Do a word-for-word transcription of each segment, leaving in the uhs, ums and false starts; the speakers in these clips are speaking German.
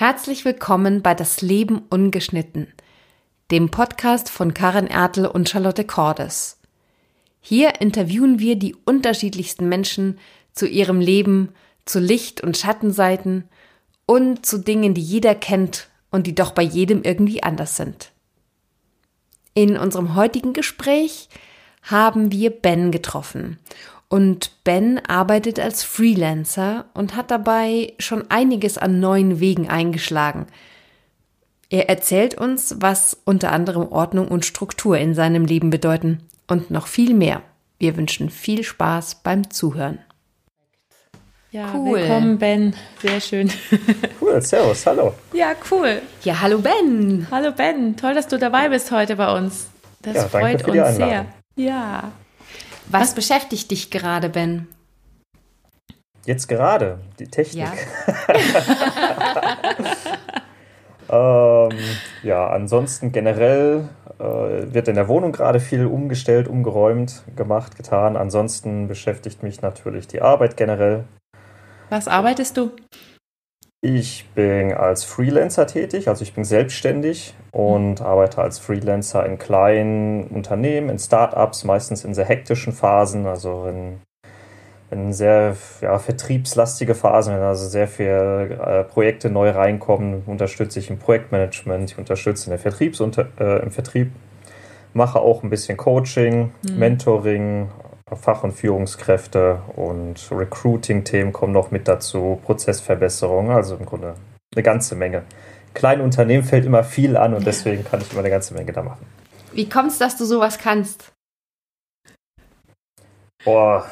Herzlich willkommen bei Das Leben ungeschnitten, dem Podcast von Karin Ertl und Charlotte Cordes. Hier interviewen wir die unterschiedlichsten Menschen zu ihrem Leben, zu Licht- und Schattenseiten und zu Dingen, die jeder kennt und die doch bei jedem irgendwie anders sind. In unserem heutigen Gespräch haben wir Ben getroffen. Und Ben arbeitet als Freelancer und hat dabei schon einiges an neuen Wegen eingeschlagen. Er erzählt uns, was unter anderem Ordnung und Struktur in seinem Leben bedeuten und noch viel mehr. Wir wünschen viel Spaß beim Zuhören. Ja, cool. Willkommen, Ben. Sehr schön. Cool, servus, hallo. Ja, cool. Ja, hallo Ben. Hallo Ben, toll, dass du dabei bist heute bei uns. Das ja, freut danke für die uns sehr. Einladung. Ja. Was, Was beschäftigt dich gerade, Ben? Jetzt gerade, die Technik. Ja, ähm, ja ansonsten generell äh, wird in der Wohnung gerade viel umgestellt, umgeräumt, gemacht, getan. Ansonsten beschäftigt mich natürlich die Arbeit generell. Was arbeitest du? Ich bin als Freelancer tätig, also ich bin selbstständig und arbeite als Freelancer in kleinen Unternehmen, in Startups, meistens in sehr hektischen Phasen, also in, in sehr ja, vertriebslastige Phasen, wenn also sehr viele äh, Projekte neu reinkommen, unterstütze ich im Projektmanagement, ich unterstütze in der Vertriebs äh, im Vertrieb, mache auch ein bisschen Coaching, mhm. Mentoring, Fach- und Führungskräfte und Recruiting-Themen kommen noch mit dazu, Prozessverbesserung, also im Grunde eine ganze Menge. Kleine Unternehmen fällt immer viel an und deswegen kann ich immer eine ganze Menge da machen. Wie kommst du, dass du sowas kannst? Boah,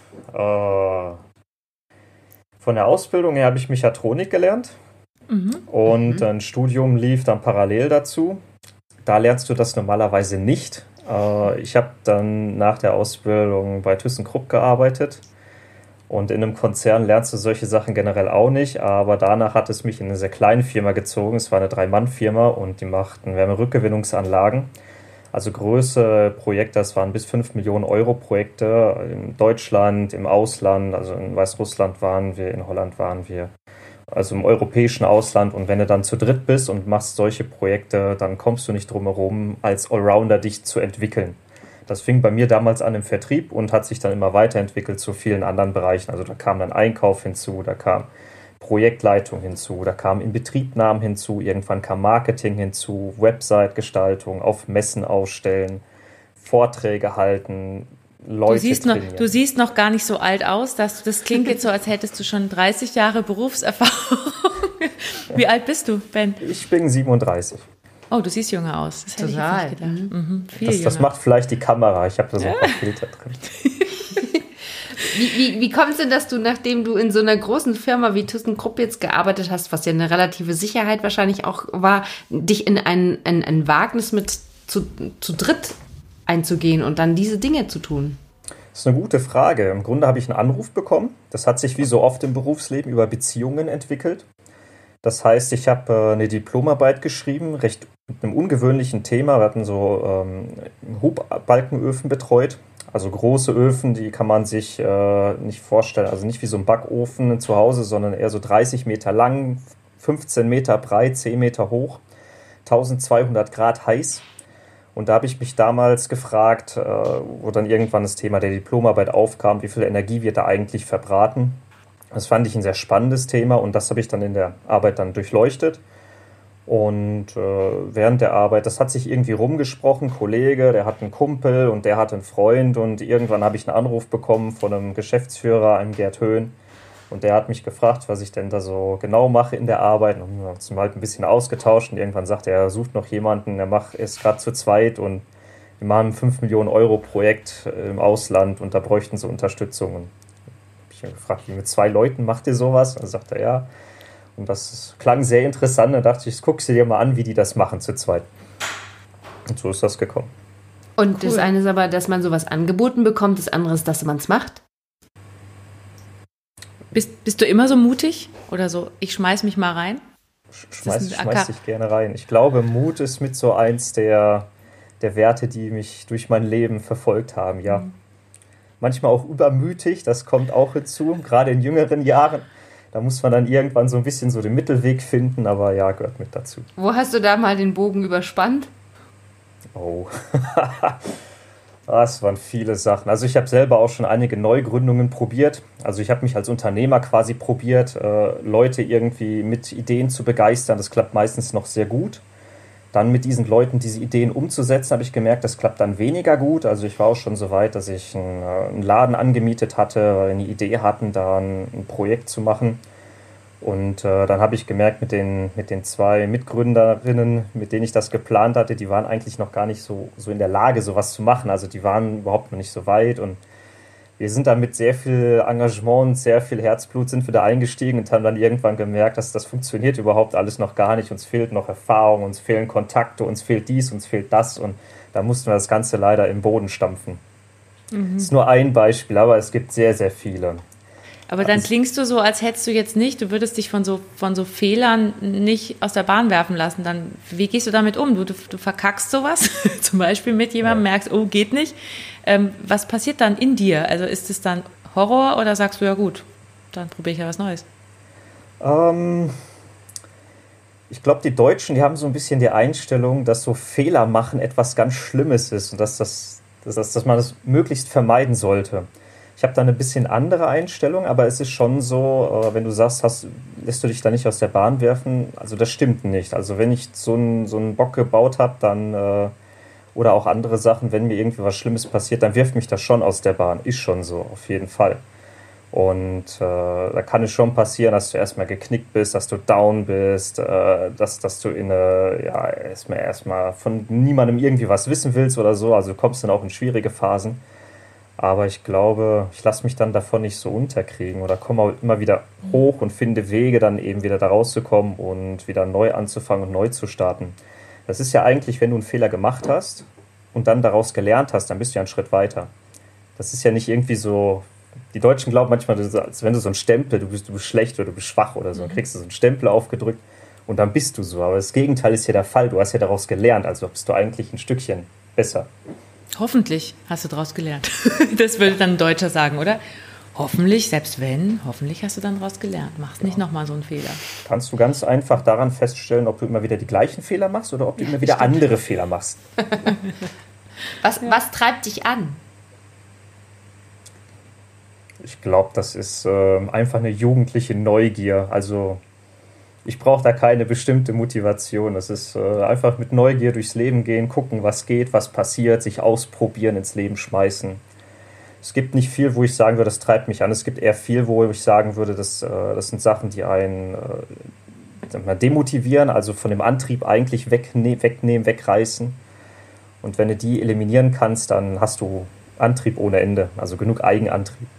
äh, von der Ausbildung her habe ich Mechatronik gelernt mhm. und mhm. ein Studium lief dann parallel dazu. Da lernst du das normalerweise nicht. Ich habe dann nach der Ausbildung bei ThyssenKrupp gearbeitet und in einem Konzern lernst du solche Sachen generell auch nicht, aber danach hat es mich in eine sehr kleine Firma gezogen. Es war eine Drei-Mann-Firma und die machten Wärmerückgewinnungsanlagen. Also größere Projekte, das waren bis fünf Millionen Euro Projekte in Deutschland, im Ausland, also in Weißrussland waren wir, in Holland waren wir. Also im europäischen Ausland, und wenn du dann zu dritt bist und machst solche Projekte, dann kommst du nicht drum herum, als Allrounder dich zu entwickeln. Das fing bei mir damals an im Vertrieb und hat sich dann immer weiterentwickelt zu vielen anderen Bereichen. Also da kam dann Einkauf hinzu, da kam Projektleitung hinzu, da kam Inbetriebnahmen hinzu, irgendwann kam Marketing hinzu, Website-Gestaltung, auf Messen ausstellen, Vorträge halten, Leute du siehst, noch, trainieren. du siehst noch gar nicht so alt aus. Dass, das klingt jetzt so, als hättest du schon dreißig Jahre Berufserfahrung. Wie alt bist du, Ben? Ich bin siebenunddreißig. Oh, du siehst jünger aus. Das hätte Total. ich jetzt nicht gedacht. Mhm, viel das, das macht vielleicht die Kamera. Ich habe da so ein paar Filter drin. Wie, wie, wie kommt es denn, dass du, nachdem du in so einer großen Firma wie ThyssenKrupp jetzt gearbeitet hast, was ja eine relative Sicherheit wahrscheinlich auch war, dich in ein, ein, ein Wagnis mit zu, zu dritt einzugehen und dann diese Dinge zu tun? Das ist eine gute Frage. Im Grunde habe ich einen Anruf bekommen. Das hat sich wie so oft im Berufsleben über Beziehungen entwickelt. Das heißt, ich habe äh, eine Diplomarbeit geschrieben, recht mit einem ungewöhnlichen Thema. Wir hatten so ähm, Hubbalkenöfen betreut. Also große Öfen, die kann man sich äh, nicht vorstellen. Also nicht wie so ein Backofen zu Hause, sondern eher so dreißig Meter lang, fünfzehn Meter breit, zehn Meter hoch, eintausendzweihundert Grad heiß. Und da habe ich mich damals gefragt, äh, wo dann irgendwann das Thema der Diplomarbeit aufkam, wie viel Energie wird da eigentlich verbraten. Das fand ich ein sehr spannendes Thema und das habe ich dann in der Arbeit dann durchleuchtet. Und äh, während der Arbeit, das hat sich irgendwie rumgesprochen, Kollege, der hat einen Kumpel und der hat einen Freund und irgendwann habe ich einen Anruf bekommen von einem Geschäftsführer, einem Gerd Höhn. Und der hat mich gefragt, was ich denn da so genau mache in der Arbeit. Und wir haben uns halt ein bisschen ausgetauscht und irgendwann sagt er, er sucht noch jemanden, der macht ist gerade zu zweit und wir machen ein fünf Millionen Euro Projekt im Ausland und da bräuchten sie Unterstützung. Und ich habe gefragt, wie mit zwei Leuten macht ihr sowas? Und dann sagt er, ja. Und das klang sehr interessant. Da dachte ich, guck sie dir mal an, wie die das machen zu zweit. Und so ist das gekommen. Und cool. Das eine ist aber, dass man sowas angeboten bekommt, das andere ist, dass man es macht. Bist, bist du immer so mutig? Oder so, ich schmeiß mich mal rein? Schmeiß, schmeiß dich gerne rein. Ich glaube, Mut ist mit so eins der, der Werte, die mich durch mein Leben verfolgt haben, ja. Mhm. Manchmal auch übermütig, das kommt auch hinzu, gerade in jüngeren Jahren. Da muss man dann irgendwann so ein bisschen so den Mittelweg finden, aber ja, gehört mit dazu. Wo hast du da mal den Bogen überspannt? Oh, das waren viele Sachen. Also ich habe selber auch schon einige Neugründungen probiert. Also ich habe mich als Unternehmer quasi probiert, äh, Leute irgendwie mit Ideen zu begeistern. Das klappt meistens noch sehr gut. Dann mit diesen Leuten diese Ideen umzusetzen, habe ich gemerkt, das klappt dann weniger gut. Also ich war auch schon so weit, dass ich einen, einen Laden angemietet hatte, weil wir eine Idee hatten, da ein, ein Projekt zu machen. Und äh, dann habe ich gemerkt, mit den, mit den zwei Mitgründerinnen, mit denen ich das geplant hatte, die waren eigentlich noch gar nicht so, so in der Lage, sowas zu machen. Also die waren überhaupt noch nicht so weit. Und wir sind da mit sehr viel Engagement und sehr viel Herzblut sind wir da eingestiegen und haben dann irgendwann gemerkt, dass das funktioniert überhaupt alles noch gar nicht. Uns fehlt noch Erfahrung, uns fehlen Kontakte, uns fehlt dies, uns fehlt das. Und da mussten wir das Ganze leider im Boden stampfen. Mhm. Das ist nur ein Beispiel, aber es gibt sehr, sehr viele. Aber dann klingst du so, als hättest du jetzt nicht, du würdest dich von so, von so Fehlern nicht aus der Bahn werfen lassen. Dann, wie gehst du damit um? Du, du, du verkackst sowas, zum Beispiel mit jemandem, ja. Merkst, oh, geht nicht. Ähm, was passiert dann in dir? Also ist es dann Horror oder sagst du, ja gut, dann probiere ich ja was Neues? Ähm, ich glaube, die Deutschen, die haben so ein bisschen die Einstellung, dass so Fehler machen etwas ganz Schlimmes ist und dass, das, dass, das, dass man das möglichst vermeiden sollte. Ich habe da eine bisschen andere Einstellung, aber es ist schon so, wenn du sagst, hast, lässt du dich da nicht aus der Bahn werfen, also das stimmt nicht. Also wenn ich so einen, so einen Bock gebaut habe, dann, äh, oder auch andere Sachen, wenn mir irgendwie was Schlimmes passiert, dann wirft mich das schon aus der Bahn. Ist schon so, auf jeden Fall. Und äh, da kann es schon passieren, dass du erstmal geknickt bist, dass du down bist, äh, dass, dass du in eine, ja, erstmal erstmal von niemandem irgendwie was wissen willst oder so. Also du kommst dann auch in schwierige Phasen. Aber ich glaube, ich lasse mich dann davon nicht so unterkriegen oder komme auch immer wieder hoch und finde Wege, dann eben wieder da rauszukommen und wieder neu anzufangen und neu zu starten. Das ist ja eigentlich, wenn du einen Fehler gemacht hast und dann daraus gelernt hast, dann bist du ja einen Schritt weiter. Das ist ja nicht irgendwie so, die Deutschen glauben manchmal, als wenn du so einen Stempel, du bist, du bist schlecht oder du bist schwach oder so, dann kriegst du so einen Stempel aufgedrückt und dann bist du so. Aber das Gegenteil ist ja der Fall, du hast ja daraus gelernt, also bist du eigentlich ein Stückchen besser. Hoffentlich hast du daraus gelernt. Das würde dann ein Deutscher sagen, oder? Hoffentlich, selbst wenn, hoffentlich hast du dann daraus gelernt. Machst nicht ja. nochmal so einen Fehler. Kannst du ganz einfach daran feststellen, ob du immer wieder die gleichen Fehler machst oder ob du immer wieder Stimmt. andere Fehler machst. Was, ja. was treibt dich an? Ich glaube, das ist äh, einfach eine jugendliche Neugier. Also ich brauche da keine bestimmte Motivation. Das ist äh, einfach mit Neugier durchs Leben gehen, gucken, was geht, was passiert, sich ausprobieren, ins Leben schmeißen. Es gibt nicht viel, wo ich sagen würde, das treibt mich an. Es gibt eher viel, wo ich sagen würde, das, äh, das sind Sachen, die einen äh, demotivieren, also von dem Antrieb eigentlich wegne- wegnehmen, wegreißen. Und wenn du die eliminieren kannst, dann hast du Antrieb ohne Ende, also genug Eigenantrieb.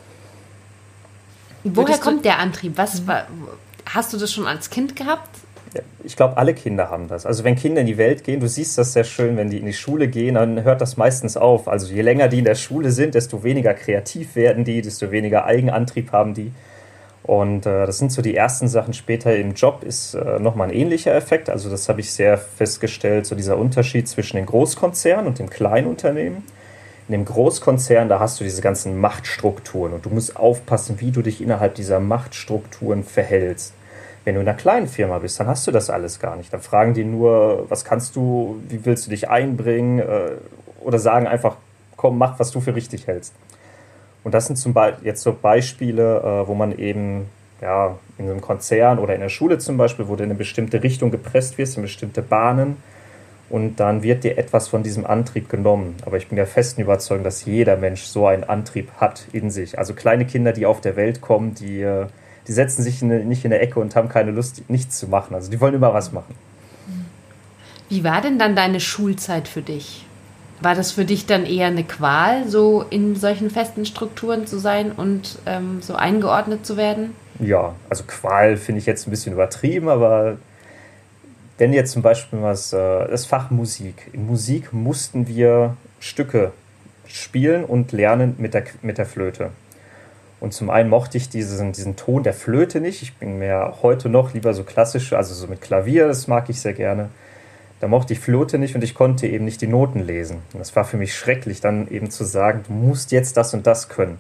Woher kommt der Antrieb? Was war... Hast du das schon als Kind gehabt? Ja, ich glaube, alle Kinder haben das. Also wenn Kinder in die Welt gehen, du siehst das sehr schön, wenn die in die Schule gehen, dann hört das meistens auf. Also je länger die in der Schule sind, desto weniger kreativ werden die, desto weniger Eigenantrieb haben die. Und äh, das sind so die ersten Sachen. Später im Job ist äh, nochmal ein ähnlicher Effekt. Also das habe ich sehr festgestellt, so dieser Unterschied zwischen den Großkonzernen und dem Kleinunternehmen. In dem Großkonzern, da hast du diese ganzen Machtstrukturen und du musst aufpassen, wie du dich innerhalb dieser Machtstrukturen verhältst. Wenn du in einer kleinen Firma bist, dann hast du das alles gar nicht. Dann fragen die nur, was kannst du, wie willst du dich einbringen oder sagen einfach, komm, mach, was du für richtig hältst. Und das sind zum Beispiel jetzt so Beispiele, wo man eben ja, in einem Konzern oder in der Schule zum Beispiel, wo du in eine bestimmte Richtung gepresst wirst, in bestimmte Bahnen, und dann wird dir etwas von diesem Antrieb genommen. Aber ich bin der festen Überzeugung, dass jeder Mensch so einen Antrieb hat in sich. Also kleine Kinder, die auf der Welt kommen, die, die setzen sich in eine, nicht in der Ecke und haben keine Lust, nichts zu machen. Also die wollen immer was machen. Wie war denn dann deine Schulzeit für dich? War das für dich dann eher eine Qual, so in solchen festen Strukturen zu sein und ähm, so eingeordnet zu werden? Ja, also Qual finde ich jetzt ein bisschen übertrieben, aber... Wenn jetzt zum Beispiel was, das Fach Musik. In Musik mussten wir Stücke spielen und lernen mit der, mit der Flöte. Und zum einen mochte ich diesen, diesen Ton der Flöte nicht. Ich bin mir heute noch lieber so klassisch, also so mit Klavier, das mag ich sehr gerne. Da mochte ich Flöte nicht und ich konnte eben nicht die Noten lesen. Und das war für mich schrecklich, dann eben zu sagen, du musst jetzt das und das können.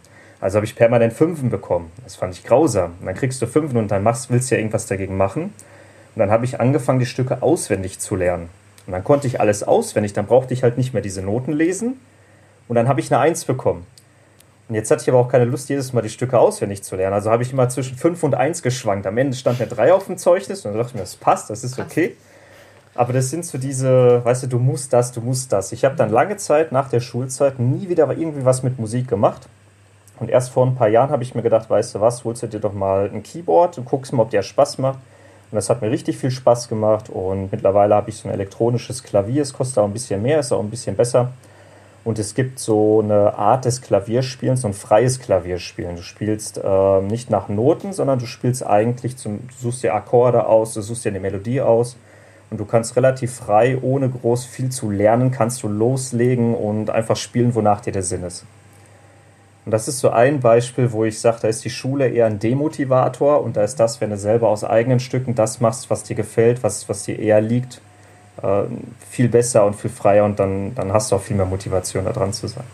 Also habe ich permanent Fünfen bekommen. Das fand ich grausam. Und dann kriegst du Fünfen und dann machst, willst du ja irgendwas dagegen machen. Und dann habe ich angefangen, die Stücke auswendig zu lernen. Und dann konnte ich alles auswendig. Dann brauchte ich halt nicht mehr diese Noten lesen. Und dann habe ich eine Eins bekommen. Und jetzt hatte ich aber auch keine Lust, jedes Mal die Stücke auswendig zu lernen. Also habe ich immer zwischen fünf und eins geschwankt. Am Ende stand eine drei auf dem Zeugnis. Und dann dachte ich mir, das passt, das ist okay. Aber das sind so diese, weißt du, du musst das, du musst das. Ich habe dann lange Zeit nach der Schulzeit nie wieder irgendwie was mit Musik gemacht. Und erst vor ein paar Jahren habe ich mir gedacht, weißt du was, holst du dir doch mal ein Keyboard und guckst mal, ob der Spaß macht. Und das hat mir richtig viel Spaß gemacht. Und mittlerweile habe ich so ein elektronisches Klavier. Es kostet auch ein bisschen mehr, ist auch ein bisschen besser. Und es gibt so eine Art des Klavierspielens, so ein freies Klavierspielen. Du spielst äh, nicht nach Noten, sondern du spielst eigentlich, zum, du suchst dir Akkorde aus, du suchst dir eine Melodie aus. Und du kannst relativ frei, ohne groß viel zu lernen, kannst du loslegen und einfach spielen, wonach dir der Sinn ist. Und das ist so ein Beispiel, wo ich sage, da ist die Schule eher ein Demotivator und da ist das, wenn du selber aus eigenen Stücken das machst, was dir gefällt, was, was dir eher liegt, äh, viel besser und viel freier und dann, dann hast du auch viel mehr Motivation, da dran zu sein.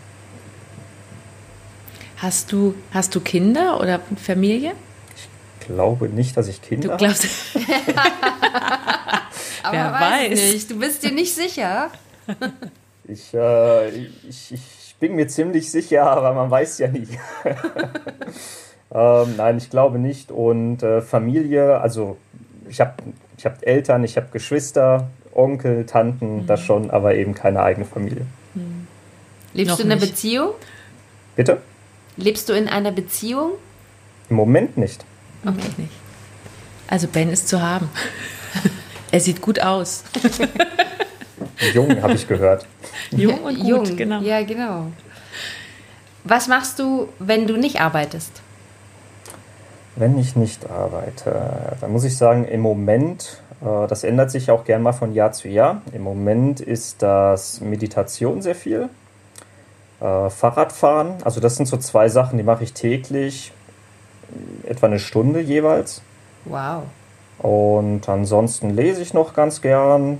Hast du, hast du Kinder oder Familie? Ich glaube nicht, dass ich Kinder habe. Du glaubst... Aber Wer weiß, weiß. nicht. Du bist dir nicht sicher. Ich, äh, ich, ich bin mir ziemlich sicher, aber man weiß ja nie. ähm, nein, ich glaube nicht. Und äh, Familie, also ich habe ich hab Eltern, ich habe Geschwister, Onkel, Tanten, mhm. das schon, aber eben keine eigene Familie. Mhm. Lebst Noch du in einer nicht. Beziehung? Bitte? Lebst du in einer Beziehung? Im Moment nicht. Okay. Nicht. Also Ben ist zu haben. Er sieht gut aus. Jung, habe ich gehört. Jung und gut, Jung. genau. Ja, genau. Was machst du, wenn du nicht arbeitest? Wenn ich nicht arbeite, dann muss ich sagen, im Moment, äh, das ändert sich auch gern mal von Jahr zu Jahr. Im Moment ist das Meditation sehr viel. Äh, Fahrradfahren, also das sind so zwei Sachen, die mache ich täglich, etwa eine Stunde jeweils. Wow. Und ansonsten lese ich noch ganz gern.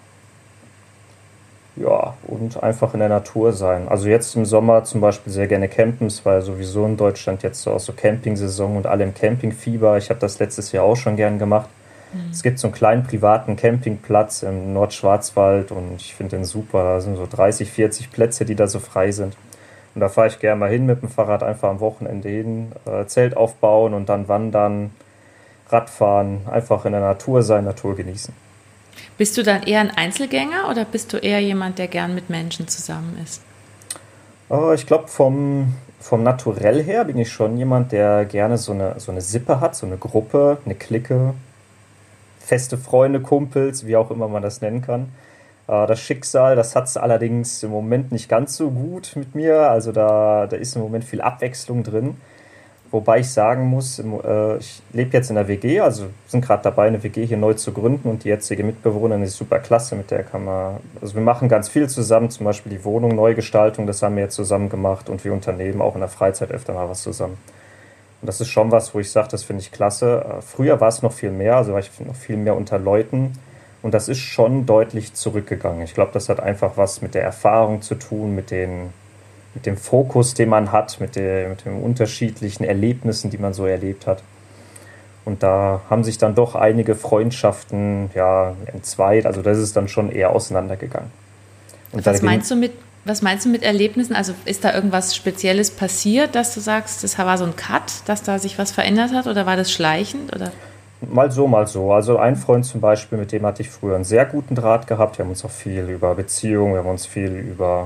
Ja, und einfach in der Natur sein. Also jetzt im Sommer zum Beispiel sehr gerne campen. Es war ja sowieso in Deutschland jetzt so auch so Camping-Saison und alle im Campingfieber. Ich habe das letztes Jahr auch schon gern gemacht. Mhm. Es gibt so einen kleinen privaten Campingplatz im Nordschwarzwald und ich finde den super. Da sind so dreißig, vierzig Plätze, die da so frei sind. Und da fahre ich gerne mal hin mit dem Fahrrad, einfach am Wochenende hin, äh, Zelt aufbauen und dann wandern. Radfahren, einfach in der Natur sein, Natur genießen. Bist du dann eher ein Einzelgänger oder bist du eher jemand, der gern mit Menschen zusammen ist? Oh, ich glaube, vom, vom Naturell her bin ich schon jemand, der gerne so eine, so eine Sippe hat, so eine Gruppe, eine Clique, feste Freunde, Kumpels, wie auch immer man das nennen kann. Äh, das Schicksal, das hat es allerdings im Moment nicht ganz so gut mit mir. Also da, da ist im Moment viel Abwechslung drin. Wobei ich sagen muss, äh, ich lebe jetzt in der W G, also sind gerade dabei, eine W G hier neu zu gründen und die jetzige Mitbewohnerin ist super klasse, mit der kann man, also wir machen ganz viel zusammen, zum Beispiel die Wohnung, Neugestaltung, das haben wir jetzt zusammen gemacht und wir unternehmen auch in der Freizeit öfter mal was zusammen. Und das ist schon was, wo ich sage, das finde ich klasse. Äh, früher war es noch viel mehr, also war ich noch viel mehr unter Leuten und das ist schon deutlich zurückgegangen. Ich glaube, das hat einfach was mit der Erfahrung zu tun, mit den mit dem Fokus, den man hat, mit, der, mit den unterschiedlichen Erlebnissen, die man so erlebt hat. Und da haben sich dann doch einige Freundschaften ja, entzweit, also das ist dann schon eher auseinandergegangen. Und was meinst du mit, was meinst du mit Erlebnissen? Also ist da irgendwas Spezielles passiert, dass du sagst, das war so ein Cut, dass da sich was verändert hat oder war das schleichend? Oder? Mal so, mal so. Also ein Freund zum Beispiel, mit dem hatte ich früher einen sehr guten Draht gehabt. Wir haben uns auch viel über Beziehungen, wir haben uns viel über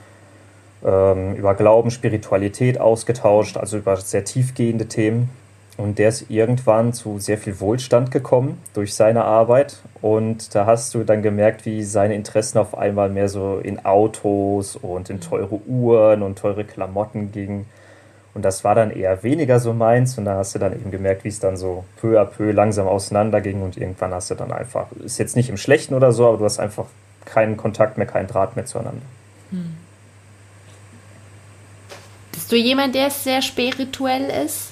über Glauben, Spiritualität ausgetauscht, also über sehr tiefgehende Themen. Und der ist irgendwann zu sehr viel Wohlstand gekommen durch seine Arbeit. Und da hast du dann gemerkt, wie seine Interessen auf einmal mehr so in Autos und in teure Uhren und teure Klamotten gingen. Und das war dann eher weniger so meins. Und da hast du dann eben gemerkt, wie es dann so peu à peu langsam auseinanderging. Und irgendwann hast du dann einfach, ist jetzt nicht im Schlechten oder so, aber du hast einfach keinen Kontakt mehr, keinen Draht mehr zueinander. Hm. Bist du jemand, der sehr spirituell ist?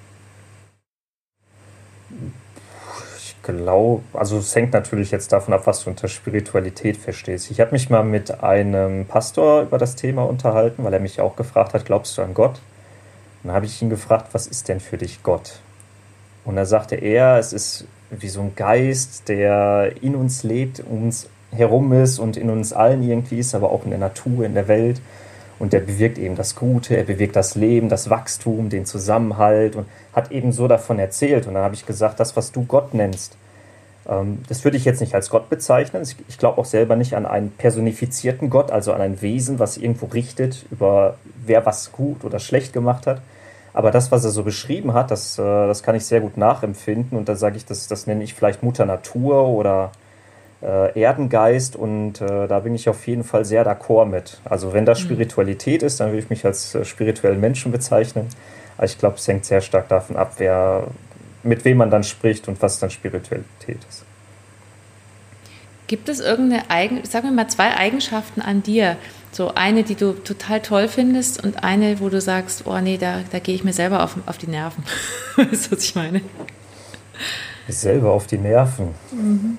Ich glaube, also es hängt natürlich jetzt davon ab, was du unter Spiritualität verstehst. Ich habe mich mal mit einem Pastor über das Thema unterhalten, weil er mich auch gefragt hat, glaubst du an Gott? Und dann habe ich ihn gefragt, was ist denn für dich Gott? Und da sagte er, es ist wie so ein Geist, der in uns lebt, um uns herum ist und in uns allen irgendwie ist, aber auch in der Natur, in der Welt. Und der bewirkt eben das Gute, er bewirkt das Leben, das Wachstum, den Zusammenhalt und hat eben so davon erzählt. Und dann habe ich gesagt, das, was du Gott nennst, ähm, das würde ich jetzt nicht als Gott bezeichnen. Ich, ich glaube auch selber nicht an einen personifizierten Gott, also an ein Wesen, was irgendwo richtet, über wer was gut oder schlecht gemacht hat. Aber das, was er so beschrieben hat, das, äh, das kann ich sehr gut nachempfinden. Und da sage ich, das, das nenne ich vielleicht Mutter Natur oder äh, Erdengeist. Und äh, da bin ich auf jeden Fall sehr d'accord mit. Also wenn das Spiritualität ist, dann würde ich mich als äh, spirituellen Menschen bezeichnen. Aber ich glaube, es hängt sehr stark davon ab, wer, mit wem man dann spricht und was dann Spiritualität ist. Gibt es irgendeine, Eigen, sagen wir mal, zwei Eigenschaften an dir? So eine, die du total toll findest und eine, wo du sagst, oh nee, da, da gehe ich mir selber auf, auf die Nerven. Weißt du, was ich meine? Selber auf die Nerven? Mhm.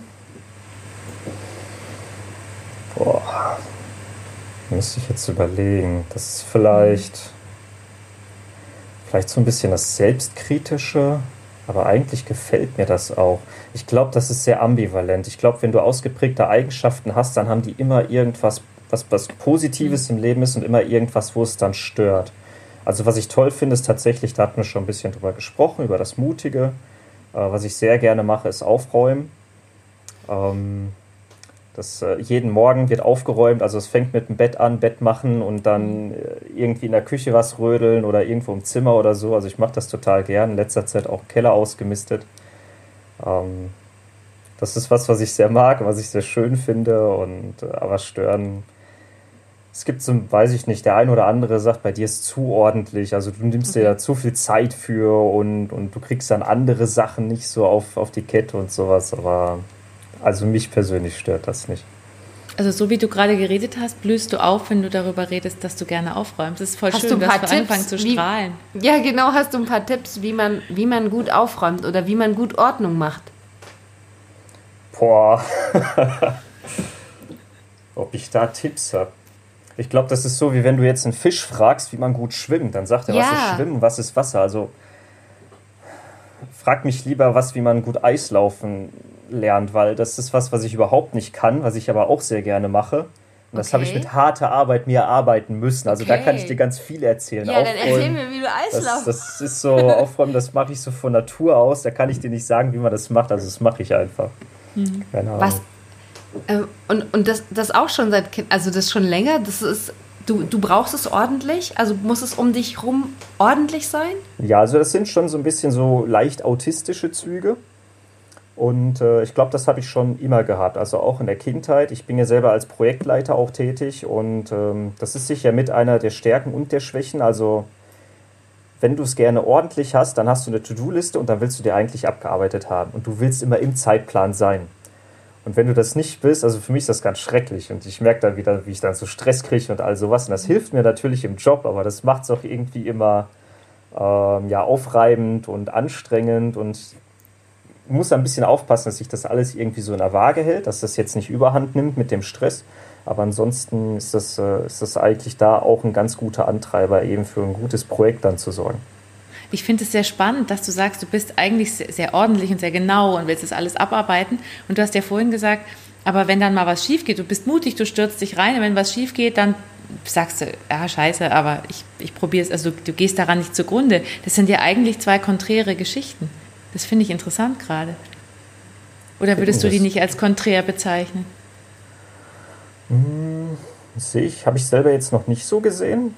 Boah, müsste ich jetzt überlegen. Das ist vielleicht, mhm. vielleicht so ein bisschen das Selbstkritische, aber eigentlich gefällt mir das auch. Ich glaube, das ist sehr ambivalent. Ich glaube, wenn du ausgeprägte Eigenschaften hast, dann haben die immer irgendwas Was, was Positives im Leben ist und immer irgendwas, wo es dann stört. Also was ich toll finde, ist tatsächlich, da hatten wir schon ein bisschen drüber gesprochen, über das Mutige. Äh, was ich sehr gerne mache, ist Aufräumen. Ähm, das, äh, jeden Morgen wird aufgeräumt, also es fängt mit dem Bett an, Bett machen und dann äh, irgendwie in der Küche was rödeln oder irgendwo im Zimmer oder so. Also ich mache das total gern. In letzter Zeit auch Keller ausgemistet. Ähm, das ist was, was ich sehr mag, was ich sehr schön finde und äh, aber stören. Es gibt so, weiß ich nicht, der ein oder andere sagt, bei dir ist zu ordentlich, also du nimmst okay. dir da zu viel Zeit für und, und du kriegst dann andere Sachen nicht so auf, auf die Kette und sowas, aber also mich persönlich stört das nicht. Also so wie du gerade geredet hast, blühst du auf, wenn du darüber redest, dass du gerne aufräumst. Das ist voll hast schön, du, du hast Tipps, angefangen zu strahlen. Wie, ja genau, hast du ein paar Tipps, wie man, wie man gut aufräumt oder wie man gut Ordnung macht? Boah, ob ich da Tipps habe. Ich glaube, das ist so, wie wenn du jetzt einen Fisch fragst, wie man gut schwimmt. Dann sagt er, ja. was ist Schwimmen, was ist Wasser. Also frag mich lieber was, wie man gut Eislaufen lernt, weil das ist was, was ich überhaupt nicht kann, was ich aber auch sehr gerne mache. Und das okay. habe ich mit harter Arbeit mir erarbeiten müssen. Also okay. da kann ich dir ganz viel erzählen. Ja, dann erzähl mir, wie du Eis das, das ist so, Aufräumen, das mache ich so von Natur aus. Da kann ich dir nicht sagen, wie man das macht. Also das mache ich einfach. Mhm. Keine Ahnung. Was? Ähm, und und das, das auch schon seit Kind, also das schon länger, das ist, du, du brauchst es ordentlich? Also muss es um dich rum ordentlich sein? Ja, also das sind schon so ein bisschen so leicht autistische Züge. Und äh, ich glaube, das habe ich schon immer gehabt, also auch in der Kindheit. Ich bin ja selber als Projektleiter auch tätig und ähm, das ist sicher mit einer der Stärken und der Schwächen. Also wenn du es gerne ordentlich hast, dann hast du eine To-Do-Liste und dann willst du die eigentlich abgearbeitet haben. Und du willst immer im Zeitplan sein. Und wenn du das nicht bist, also für mich ist das ganz schrecklich. Und ich merke dann wieder, wie ich dann so Stress kriege und all sowas. Und das hilft mir natürlich im Job, aber das macht es auch irgendwie immer ähm, ja, aufreibend und anstrengend. Und ich muss ein bisschen aufpassen, dass sich das alles irgendwie so in der Waage hält, dass das jetzt nicht überhand nimmt mit dem Stress. Aber ansonsten ist das, äh, ist das eigentlich da auch ein ganz guter Antreiber, eben für ein gutes Projekt dann zu sorgen. Ich finde es sehr spannend, dass du sagst, du bist eigentlich sehr, sehr ordentlich und sehr genau und willst das alles abarbeiten. Und du hast ja vorhin gesagt, aber wenn dann mal was schief geht, du bist mutig, du stürzt dich rein und wenn was schief geht, dann sagst du, ja scheiße, aber ich, ich probiere es, also du gehst daran nicht zugrunde. Das sind ja eigentlich zwei konträre Geschichten. Das finde ich interessant gerade. Oder würdest du die nicht als konträr bezeichnen? Hm, sehe ich, habe ich selber jetzt noch nicht so gesehen.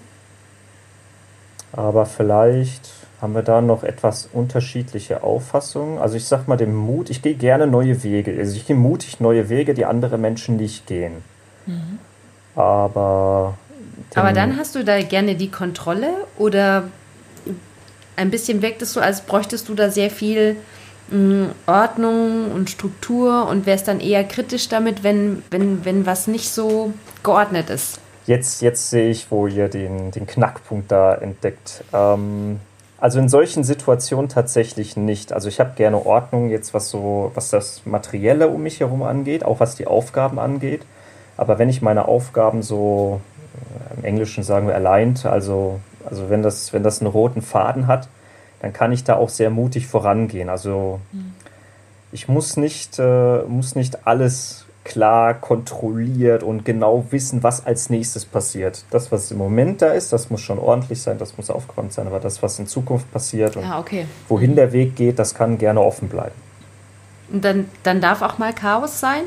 Aber vielleicht haben wir da noch etwas unterschiedliche Auffassungen. Also ich sag mal den Mut, ich gehe gerne neue Wege. Also ich gehe mutig neue Wege, die andere Menschen nicht gehen. Mhm. Aber... Aber dann hast du da gerne die Kontrolle oder ein bisschen wirkt es so, als bräuchtest du da sehr viel mh, Ordnung und Struktur und wärst dann eher kritisch damit, wenn, wenn, wenn was nicht so geordnet ist. Jetzt, jetzt sehe ich, wo ihr den, den Knackpunkt da entdeckt. Ähm, also in solchen Situationen tatsächlich nicht. Also ich habe gerne Ordnung jetzt, was so, was das Materielle um mich herum angeht, auch was die Aufgaben angeht. Aber wenn ich meine Aufgaben so, im Englischen sagen wir aligned, also Also wenn das, wenn das einen roten Faden hat, dann kann ich da auch sehr mutig vorangehen. Also mhm. ich muss nicht, äh, muss nicht alles klar kontrolliert und genau wissen, was als nächstes passiert. Das, was im Moment da ist, das muss schon ordentlich sein, das muss aufgeräumt sein, aber das, was in Zukunft passiert und ah, okay. wohin der Weg geht, das kann gerne offen bleiben. Und dann, dann darf auch mal Chaos sein?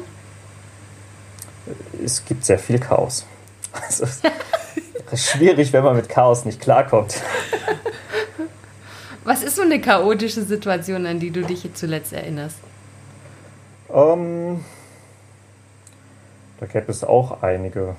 Es gibt sehr viel Chaos. Also, es ist schwierig, wenn man mit Chaos nicht klarkommt. Was ist so eine chaotische Situation, an die du dich jetzt zuletzt erinnerst? Ähm, da gäbe es auch einige.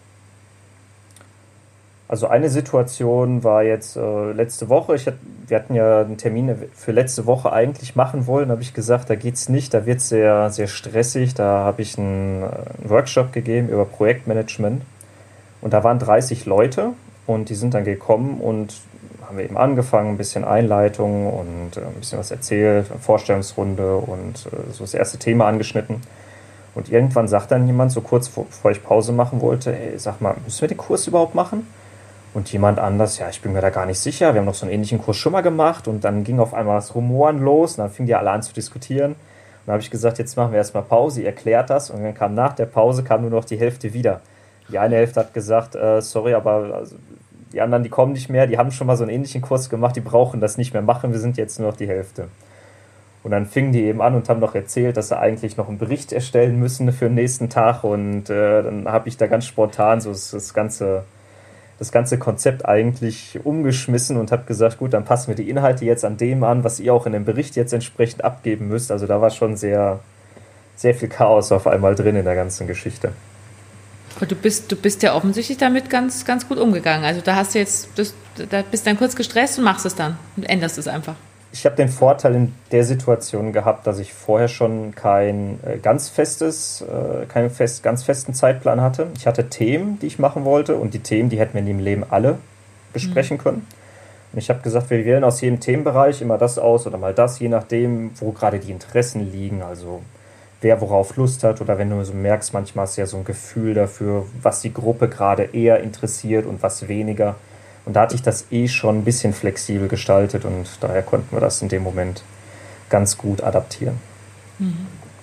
Also eine Situation war jetzt äh, letzte Woche, ich hat, wir hatten ja einen Termin für letzte Woche eigentlich machen wollen, da habe ich gesagt, da geht's nicht, da wird es sehr, sehr stressig, da habe ich einen, einen Workshop gegeben über Projektmanagement und da waren dreißig Leute und die sind dann gekommen und haben wir eben angefangen, ein bisschen Einleitung und äh, ein bisschen was erzählt, Vorstellungsrunde und äh, so das erste Thema angeschnitten. Und irgendwann sagt dann jemand, so kurz vor, bevor ich Pause machen wollte, hey, sag mal, müssen wir den Kurs überhaupt machen? Und jemand anders, ja, ich bin mir da gar nicht sicher, wir haben noch so einen ähnlichen Kurs schon mal gemacht und dann ging auf einmal das Rumoren los und dann fingen die alle an zu diskutieren. Und dann habe ich gesagt, jetzt machen wir erstmal Pause, ihr erklärt das und dann kam nach der Pause kam nur noch die Hälfte wieder. Die eine Hälfte hat gesagt, äh, sorry, aber also, die anderen, die kommen nicht mehr, die haben schon mal so einen ähnlichen Kurs gemacht, die brauchen das nicht mehr machen, wir sind jetzt nur noch die Hälfte. Und dann fingen die eben an und haben noch erzählt, dass sie eigentlich noch einen Bericht erstellen müssen für den nächsten Tag und äh, dann habe ich da ganz spontan so das, das ganze... das ganze Konzept eigentlich umgeschmissen und habe gesagt, gut, dann passen wir die Inhalte jetzt an dem an, was ihr auch in dem Bericht jetzt entsprechend abgeben müsst. Also da war schon sehr, sehr viel Chaos auf einmal drin in der ganzen Geschichte. Du bist, du bist ja offensichtlich damit ganz, ganz gut umgegangen. Also da hast du jetzt, das, da bist dann kurz gestresst und machst es dann und änderst es einfach. Ich habe den Vorteil in der Situation gehabt, dass ich vorher schon kein äh, ganz festes, äh, keinen fest, ganz festen Zeitplan hatte. Ich hatte Themen, die ich machen wollte und die Themen, die hätten wir in dem Leben alle besprechen mhm. können. Und ich habe gesagt, wir wählen aus jedem Themenbereich immer das aus oder mal das, je nachdem, wo gerade die Interessen liegen. Also wer worauf Lust hat oder wenn du so merkst, manchmal hast du ja so ein Gefühl dafür, was die Gruppe gerade eher interessiert und was weniger. Und da hatte ich das eh schon ein bisschen flexibel gestaltet und daher konnten wir das in dem Moment ganz gut adaptieren. Mhm.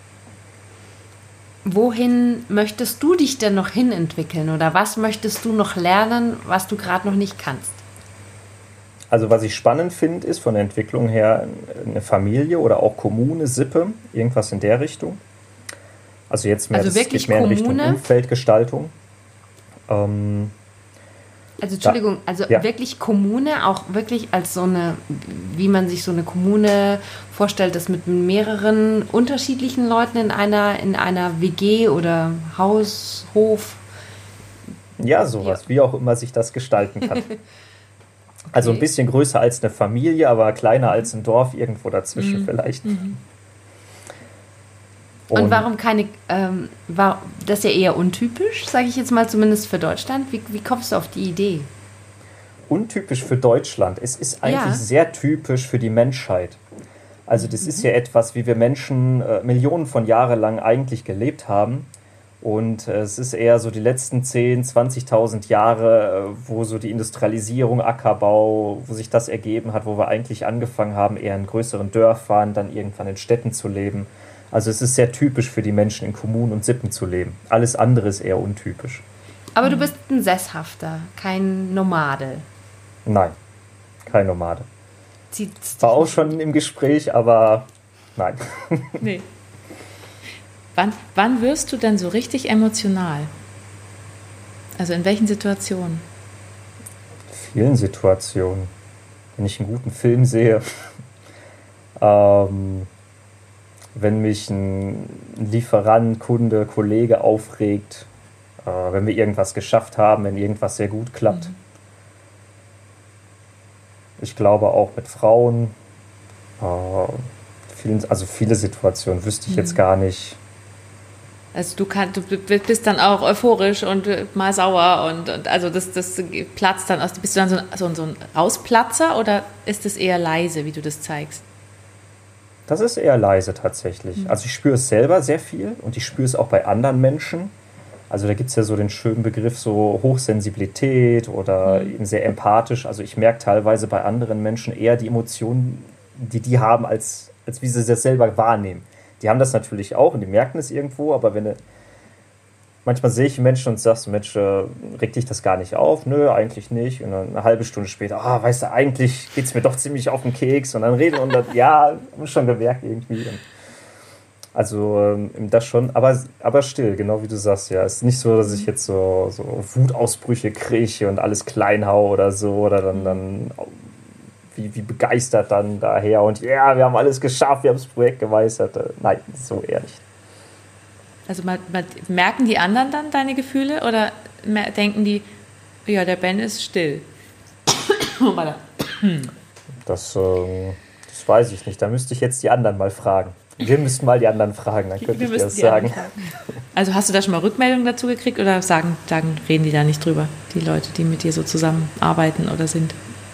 Wohin möchtest du dich denn noch hinentwickeln oder was möchtest du noch lernen, was du gerade noch nicht kannst? Also was ich spannend finde, ist von der Entwicklung her eine Familie oder auch Kommune, Sippe, irgendwas in der Richtung. Also jetzt mehr, also das geht mehr in Richtung Umfeldgestaltung. Ähm, Also Entschuldigung, also ja. wirklich Kommune, auch wirklich als so eine, wie man sich so eine Kommune vorstellt, das mit mehreren unterschiedlichen Leuten in einer, in einer W G oder Haus, Hof. Ja, sowas, ja. Wie auch immer sich das gestalten kann. Okay. Also ein bisschen größer als eine Familie, aber kleiner als ein Dorf, irgendwo dazwischen mhm. vielleicht. Mhm. Und, Und warum keine, ähm, war das ist ja eher untypisch, sage ich jetzt mal zumindest für Deutschland. Wie, wie kommst du auf die Idee? Untypisch für Deutschland. Es ist eigentlich ja. sehr typisch für die Menschheit. Also das mhm. ist ja etwas, wie wir Menschen äh, Millionen von Jahren lang eigentlich gelebt haben. Und äh, es ist eher so die letzten zehntausend, zwanzigtausend Jahre, äh, wo so die Industrialisierung, Ackerbau, wo sich das ergeben hat, wo wir eigentlich angefangen haben, eher in größeren Dörfern, dann irgendwann in Städten zu leben. Also es ist sehr typisch für die Menschen, in Kommunen und Sippen zu leben. Alles andere ist eher untypisch. Aber du bist ein Sesshafter, kein Nomade. Nein, kein Nomade. War auch schon im Gespräch, aber nein. Nee. Wann, wann wirst du denn so richtig emotional? Also in welchen Situationen? In vielen Situationen. Wenn ich einen guten Film sehe. ähm... wenn mich ein Lieferant, Kunde, Kollege aufregt, äh, wenn wir irgendwas geschafft haben, wenn irgendwas sehr gut klappt. Mhm. Ich glaube auch mit Frauen, äh, vielen, also viele Situationen wüsste ich mhm. jetzt gar nicht. Also du, kann, du bist dann auch euphorisch und mal sauer und, und also das, das platzt dann aus. Bist du dann so ein, so, so ein Rausplatzer oder ist es eher leise, wie du das zeigst? Das ist eher leise tatsächlich. Mhm. Also ich spüre es selber sehr viel und ich spüre es auch bei anderen Menschen. Also da gibt es ja so den schönen Begriff so Hochsensibilität oder mhm. eben sehr empathisch. Also ich merke teilweise bei anderen Menschen eher die Emotionen, die die haben, als, als wie sie das selber wahrnehmen. Die haben das natürlich auch und die merken es irgendwo, aber wenn du, manchmal sehe ich Menschen und sagst, Mensch, äh, regt dich das gar nicht auf? Nö, eigentlich nicht. Und dann eine halbe Stunde später, ah, weißt du, eigentlich geht es mir doch ziemlich auf den Keks. Und dann reden und dann, ja, haben schon gemerkt irgendwie. Und also ähm, das schon, aber, aber still, genau wie du sagst, ja. Es ist nicht so, dass ich jetzt so, so Wutausbrüche kriege und alles klein hau oder so oder dann, dann wie, wie begeistert dann daher und ja, wir haben alles geschafft, wir haben das Projekt gemeistert. Nein, so eher nicht. Also mal, mal, merken die anderen dann deine Gefühle oder denken die, ja, der Ben ist still? das, ähm, das weiß ich nicht, da müsste ich jetzt die anderen mal fragen. Wir müssten mal die anderen fragen, dann könnte ich dir das sagen. Also hast du da schon mal Rückmeldungen dazu gekriegt oder sagen, sagen, reden die da nicht drüber, die Leute, die mit dir so zusammenarbeiten oder sind?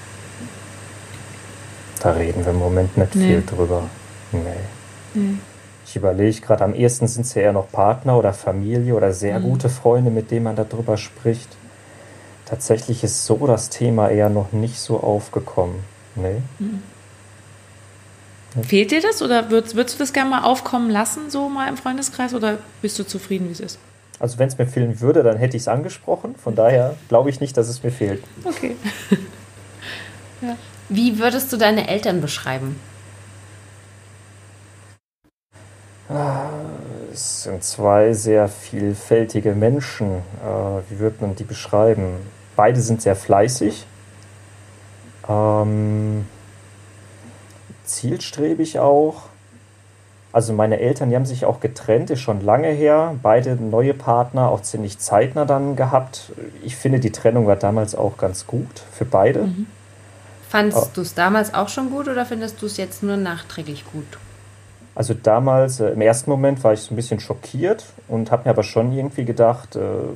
Da reden wir im Moment nicht nee. viel drüber. Nee. nee. Ich überlege gerade, am ehesten sind es ja eher noch Partner oder Familie oder sehr mhm. gute Freunde, mit denen man darüber spricht. Tatsächlich ist so das Thema eher noch nicht so aufgekommen. Nee. Mhm. Fehlt dir das oder würdest, würdest du das gerne mal aufkommen lassen, so mal im Freundeskreis, oder bist du zufrieden, wie es ist? Also wenn es mir fehlen würde, dann hätte ich es angesprochen. Von daher glaube ich nicht, dass es mir fehlt. Okay. ja. Wie würdest du deine Eltern beschreiben? Es sind zwei sehr vielfältige Menschen. Wie würde man die beschreiben? Beide sind sehr fleißig. Ähm... zielstrebig auch. Also meine Eltern, die haben sich auch getrennt, ist schon lange her. Beide neue Partner, auch ziemlich zeitnah dann gehabt. Ich finde, die Trennung war damals auch ganz gut für beide. Mhm. Fandest oh. du es damals auch schon gut oder findest du es jetzt nur nachträglich gut? Also damals, äh, im ersten Moment war ich so ein bisschen schockiert und habe mir aber schon irgendwie gedacht, äh,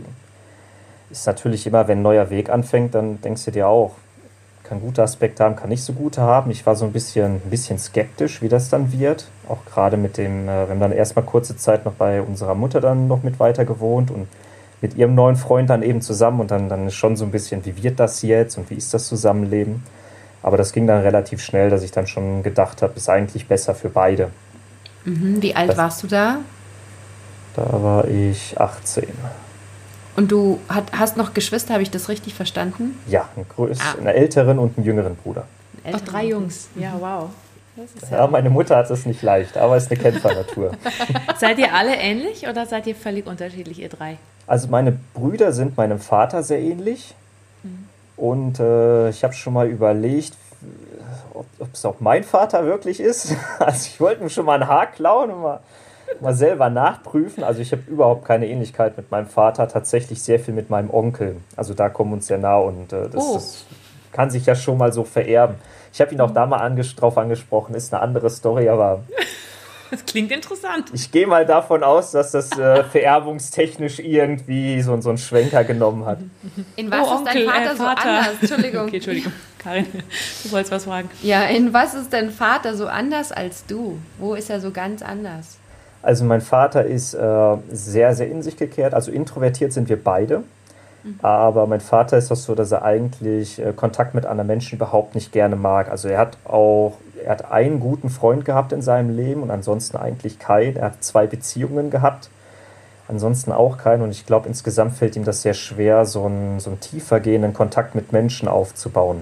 ist natürlich immer, wenn ein neuer Weg anfängt, dann denkst du dir auch, kann gute Aspekte haben, kann nicht so gute haben. Ich war so ein bisschen, ein bisschen skeptisch, wie das dann wird. Auch gerade mit dem, äh, wir haben dann erstmal kurze Zeit noch bei unserer Mutter dann noch mit weiter gewohnt und mit ihrem neuen Freund dann eben zusammen und dann, dann ist schon so ein bisschen, wie wird das jetzt und wie ist das Zusammenleben? Aber das ging dann relativ schnell, dass ich dann schon gedacht habe, ist eigentlich besser für beide. Mhm. Wie alt das, warst du da? Da war ich achtzehn. Und du hat, hast noch Geschwister, habe ich das richtig verstanden? Ja, einen, größ- ah. einen älteren und einen jüngeren Bruder. Ach, drei Jungs. Ja, wow. Das ist ja, ja, meine Mutter hat es nicht leicht, aber ist eine Kämpfernatur. Seid ihr alle ähnlich oder seid ihr völlig unterschiedlich, ihr drei? Also meine Brüder sind meinem Vater sehr ähnlich. Mhm. Und äh, ich habe schon mal überlegt, ob es auch mein Vater wirklich ist. Also ich wollte mir schon mal einen Haar klauen und mal... mal selber nachprüfen. Also ich habe überhaupt keine Ähnlichkeit mit meinem Vater, tatsächlich sehr viel mit meinem Onkel. Also da kommen wir uns sehr nah und äh, das, oh. das kann sich ja schon mal so vererben. Ich habe ihn auch da mal anges- drauf angesprochen, ist eine andere Story, aber... Das klingt interessant. Ich gehe mal davon aus, dass das äh, vererbungstechnisch irgendwie so, so einen Schwenker genommen hat. In was oh, ist Onkel, dein Vater, äh, Vater so anders? Entschuldigung. Okay, Entschuldigung. Karin, du wolltest was fragen. Ja, in was ist dein Vater so anders als du? Wo ist er so ganz anders? Also mein Vater ist äh, sehr, sehr in sich gekehrt. Also introvertiert sind wir beide. Mhm. Aber mein Vater ist auch so, dass er eigentlich äh, Kontakt mit anderen Menschen überhaupt nicht gerne mag. Also er hat auch, er hat einen guten Freund gehabt in seinem Leben und ansonsten eigentlich keinen. Er hat zwei Beziehungen gehabt, ansonsten auch keinen. Und ich glaube, insgesamt fällt ihm das sehr schwer, so einen, so einen tiefergehenden Kontakt mit Menschen aufzubauen.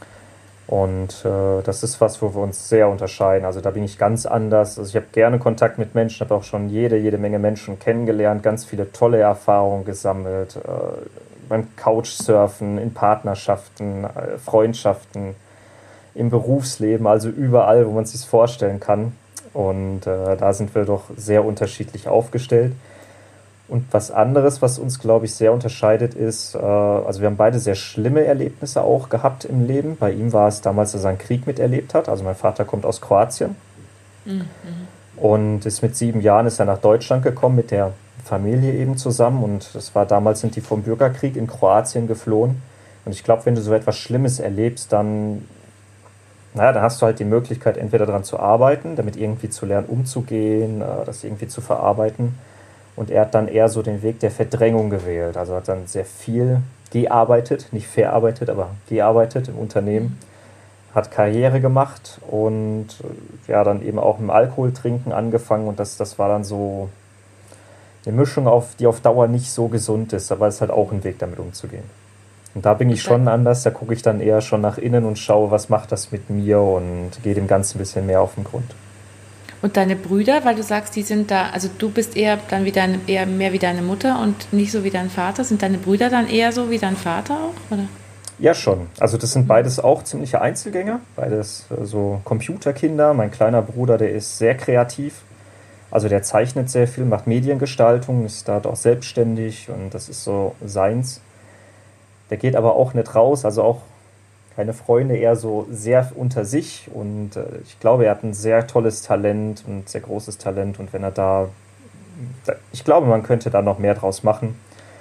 Und äh, das ist was, wo wir uns sehr unterscheiden. Also da bin ich ganz anders. Also ich habe gerne Kontakt mit Menschen, habe auch schon jede, jede Menge Menschen kennengelernt, ganz viele tolle Erfahrungen gesammelt. Äh, beim Couchsurfen, in Partnerschaften, äh, Freundschaften, im Berufsleben, also überall, wo man es sich vorstellen kann. Und äh, da sind wir doch sehr unterschiedlich aufgestellt. Und was anderes, was uns, glaube ich, sehr unterscheidet, ist, äh, also wir haben beide sehr schlimme Erlebnisse auch gehabt im Leben. Bei ihm war es damals, dass er einen Krieg miterlebt hat. Also mein Vater kommt aus Kroatien. Mhm. Und ist mit sieben Jahren ist er nach Deutschland gekommen mit der Familie eben zusammen. Und das war damals, sind die vom Bürgerkrieg in Kroatien geflohen. Und ich glaube, wenn du so etwas Schlimmes erlebst, dann, naja, dann hast du halt die Möglichkeit, entweder daran zu arbeiten, damit irgendwie zu lernen, umzugehen, äh, das irgendwie zu verarbeiten. Und er hat dann eher so den Weg der Verdrängung gewählt. Also hat dann sehr viel gearbeitet, nicht verarbeitet, aber gearbeitet im Unternehmen. Hat Karriere gemacht und ja, dann eben auch mit dem Alkoholtrinken angefangen. Und das, das war dann so eine Mischung, auf, die auf Dauer nicht so gesund ist. Aber es ist halt auch ein Weg, damit umzugehen. Und da bin ich schon anders. Da gucke ich dann eher schon nach innen und schaue, was macht das mit mir und gehe dem Ganzen ein bisschen mehr auf den Grund. Und deine Brüder, weil du sagst, die sind da, also du bist eher dann wie deine, eher mehr wie deine Mutter und nicht so wie dein Vater. Sind deine Brüder dann eher so wie dein Vater auch, oder? Ja, schon. Also das sind beides auch ziemliche Einzelgänger, beides äh, so Computerkinder. Mein kleiner Bruder, der ist sehr kreativ. Also der zeichnet sehr viel, macht Mediengestaltung, ist da auch selbstständig und das ist so seins. Der geht aber auch nicht raus, also auch keine Freunde, eher so sehr unter sich. Und äh, ich glaube, er hat ein sehr tolles Talent und sehr großes Talent. Und wenn er da, da, ich glaube, man könnte da noch mehr draus machen.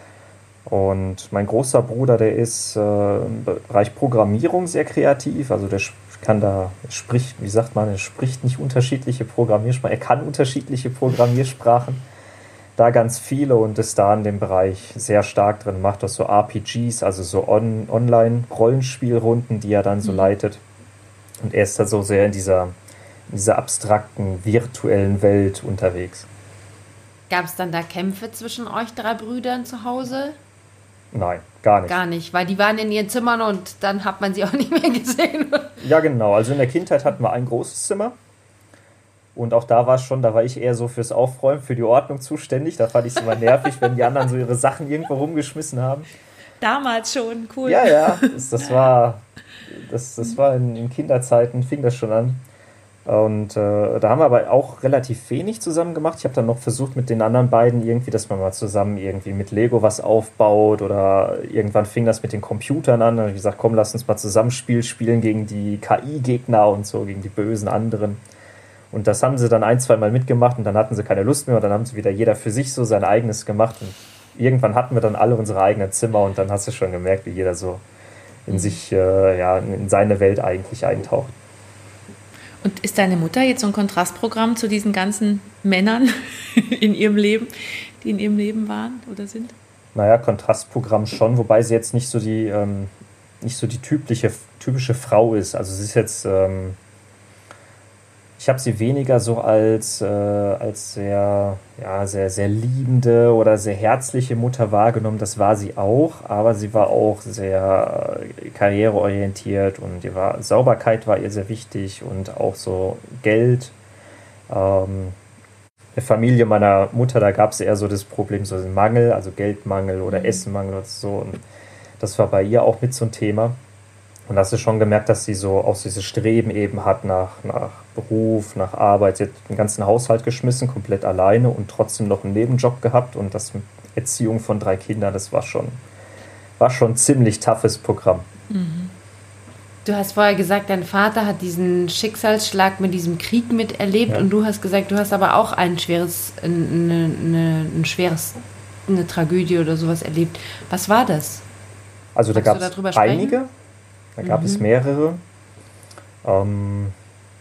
Und mein großer Bruder, der ist äh, im Bereich Programmierung sehr kreativ. Also der kann da, spricht, wie sagt man, er spricht nicht unterschiedliche Programmiersprachen. Er kann unterschiedliche Programmiersprachen. Da ganz viele und ist da in dem Bereich sehr stark drin. Macht auch so R P Gs, also so on, Online-Rollenspielrunden, die er dann so mhm. leitet. Und er ist da so sehr in dieser, in dieser abstrakten, virtuellen Welt unterwegs. Gab es dann da Kämpfe zwischen euch drei Brüdern zu Hause? Nein, gar nicht. Gar nicht, weil die waren in ihren Zimmern und dann hat man sie auch nicht mehr gesehen. Ja, genau. Also in der Kindheit hatten wir ein großes Zimmer. Und auch da war es schon, da war ich eher so fürs Aufräumen, für die Ordnung zuständig. Da fand ich es immer nervig, wenn die anderen so ihre Sachen irgendwo rumgeschmissen haben. Damals schon, cool. Ja, ja, das, das war, das, das war in, in Kinderzeiten, fing das schon an. Und äh, da haben wir aber auch relativ wenig zusammen gemacht. Ich habe dann noch versucht mit den anderen beiden irgendwie, dass man mal zusammen irgendwie mit Lego was aufbaut oder irgendwann fing das mit den Computern an. Da habe ich gesagt, komm, lass uns mal Zusammenspiel spielen gegen die K I-Gegner und so, gegen die bösen anderen. Und das haben sie dann ein, zwei Mal mitgemacht und dann hatten sie keine Lust mehr und dann haben sie wieder jeder für sich so sein eigenes gemacht. Und irgendwann hatten wir dann alle unsere eigenen Zimmer und dann hast du schon gemerkt, wie jeder so in sich, äh, ja, in seine Welt eigentlich eintaucht. Und ist deine Mutter jetzt so ein Kontrastprogramm zu diesen ganzen Männern in ihrem Leben, die in ihrem Leben waren oder sind? Naja, Kontrastprogramm schon, wobei sie jetzt nicht so die, ähm, nicht so die typische, typische Frau ist. Also sie ist jetzt, ähm, ich habe sie weniger so als, äh, als sehr, ja, sehr, sehr liebende oder sehr herzliche Mutter wahrgenommen. Das war sie auch, aber sie war auch sehr äh, karriereorientiert und die war, Sauberkeit war ihr sehr wichtig und auch so Geld. Ähm, der Familie meiner Mutter, da gab es eher so das Problem, so den Mangel, also Geldmangel oder mhm. Essenmangel oder so. Und das war bei ihr auch mit so ein Thema. Und da hast du schon gemerkt, dass sie so auch dieses Streben eben hat nach, nach Beruf, nach Arbeit. Sie hat den ganzen Haushalt geschmissen, komplett alleine und trotzdem noch einen Nebenjob gehabt. Und das mit Erziehung von drei Kindern, das war schon, war schon ein ziemlich toughes Programm. Mhm. Du hast vorher gesagt, dein Vater hat diesen Schicksalsschlag mit diesem Krieg miterlebt ja. Und du hast gesagt, du hast aber auch ein schweres, eine, eine, ein schweres, eine Tragödie oder sowas erlebt. Was war das? Also da gab es einige. Da gab mhm. es mehrere. Ähm,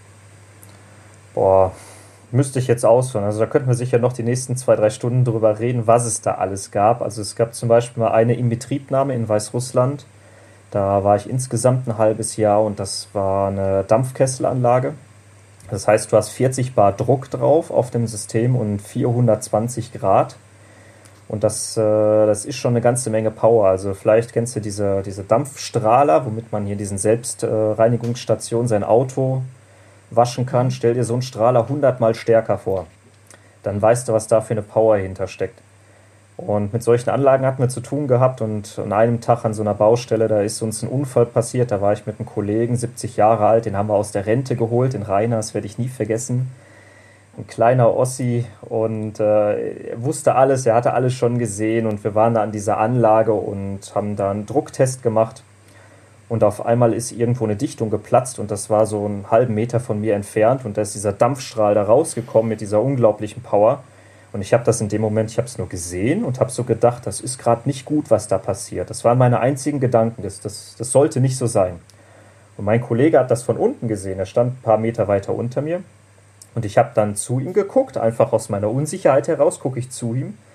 boah, müsste ich jetzt ausführen. Also da könnten wir sicher noch die nächsten zwei, drei Stunden drüber reden, was es da alles gab. Also es gab zum Beispiel mal eine Inbetriebnahme in Weißrussland. Da war ich insgesamt ein halbes Jahr und das war eine Dampfkesselanlage. Das heißt, du hast vierzig Bar Druck drauf auf dem System und vierhundertzwanzig Grad. Und das, äh, das ist schon eine ganze Menge Power. Also vielleicht kennst du diese, diese Dampfstrahler, womit man hier diesen Selbstreinigungsstation sein Auto waschen kann. Stell dir so einen Strahler hundertmal stärker vor. Dann weißt du, was da für eine Power hintersteckt. Und mit solchen Anlagen hatten wir zu tun gehabt und an einem Tag an so einer Baustelle, da ist uns ein Unfall passiert. Da war ich mit einem Kollegen, siebzig Jahre alt, den haben wir aus der Rente geholt, den Rainer, das werde ich nie vergessen. Ein kleiner Ossi und äh, er wusste alles, er hatte alles schon gesehen und wir waren da an dieser Anlage und haben da einen Drucktest gemacht und auf einmal ist irgendwo eine Dichtung geplatzt und das war so einen halben Meter von mir entfernt und da ist dieser Dampfstrahl da rausgekommen mit dieser unglaublichen Power und ich habe das in dem Moment, ich habe es nur gesehen und habe so gedacht, das ist gerade nicht gut, was da passiert. Das waren meine einzigen Gedanken, das, das, das sollte nicht so sein. Und mein Kollege hat das von unten gesehen, er stand ein paar Meter weiter unter mir. Und ich habe dann zu ihm geguckt, einfach aus meiner Unsicherheit heraus gucke ich zu ihm.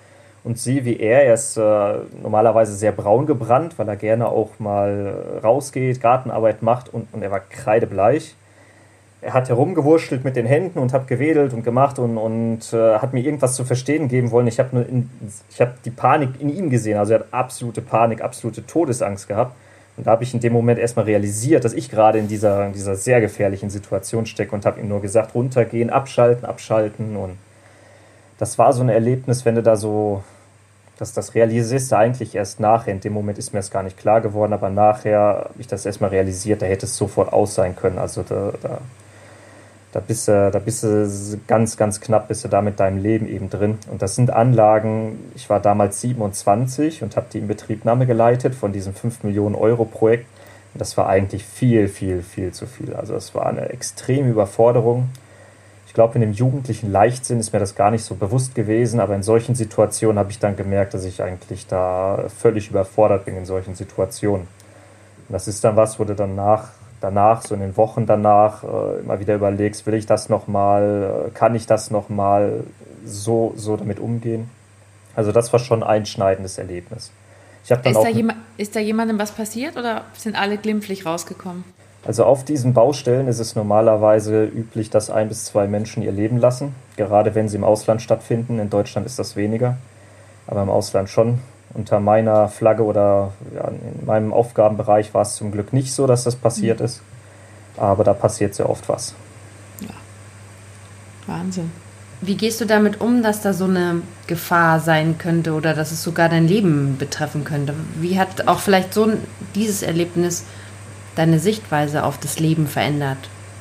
und sehe, wie er, er ist äh, normalerweise sehr braun gebrannt, weil er gerne auch mal rausgeht, Gartenarbeit macht und, und er war kreidebleich. Er hat herumgewurschtelt mit den Händen und hat gewedelt und gemacht und, und äh, hat mir irgendwas zu verstehen geben wollen. Ich habe hab die Panik in ihm gesehen, also er hat absolute Panik, absolute Todesangst gehabt. Und da habe ich in dem Moment erstmal realisiert, dass ich gerade in dieser, in dieser sehr gefährlichen Situation stecke und habe ihm nur gesagt, runtergehen, abschalten, abschalten. Und das war so ein Erlebnis, wenn du da so, dass das realisierst du eigentlich erst nachher. In dem Moment ist mir das gar nicht klar geworden, aber nachher habe ich das erstmal realisiert, da hätte es sofort aus sein können. Also da, da, da, bist du, da bist du ganz, ganz knapp bist du da mit deinem Leben eben drin. Und das sind Anlagen, ich war damals siebenundzwanzig und habe die Inbetriebnahme geleitet von diesem fünf Millionen Euro Projekt. Und das war eigentlich viel, viel, viel zu viel. Also es war eine extreme Überforderung. Ich glaube, in dem jugendlichen Leichtsinn ist mir das gar nicht so bewusst gewesen, aber in solchen Situationen habe ich dann gemerkt, dass ich eigentlich da völlig überfordert bin in solchen Situationen. Und das ist dann was, wo du dann nach, danach, so in den Wochen danach, äh, immer wieder überlegst, will ich das nochmal, äh, kann ich das nochmal so, so damit umgehen? Also das war schon ein einschneidendes Erlebnis. Ich hab dann ist, auch da jema- ist da jemandem was passiert oder sind alle glimpflich rausgekommen? Also auf diesen Baustellen ist es normalerweise üblich, dass ein bis zwei Menschen ihr Leben lassen, gerade wenn sie im Ausland stattfinden. In Deutschland ist das weniger, aber im Ausland schon. Unter meiner Flagge oder ja, in meinem Aufgabenbereich war es zum Glück nicht so, dass das passiert mhm. ist, aber da passiert sehr oft was. Ja. Wahnsinn. Wie gehst du damit um, dass da so eine Gefahr sein könnte oder dass es sogar dein Leben betreffen könnte? Wie hat auch vielleicht so ein, dieses Erlebnis deine Sichtweise auf das Leben verändert?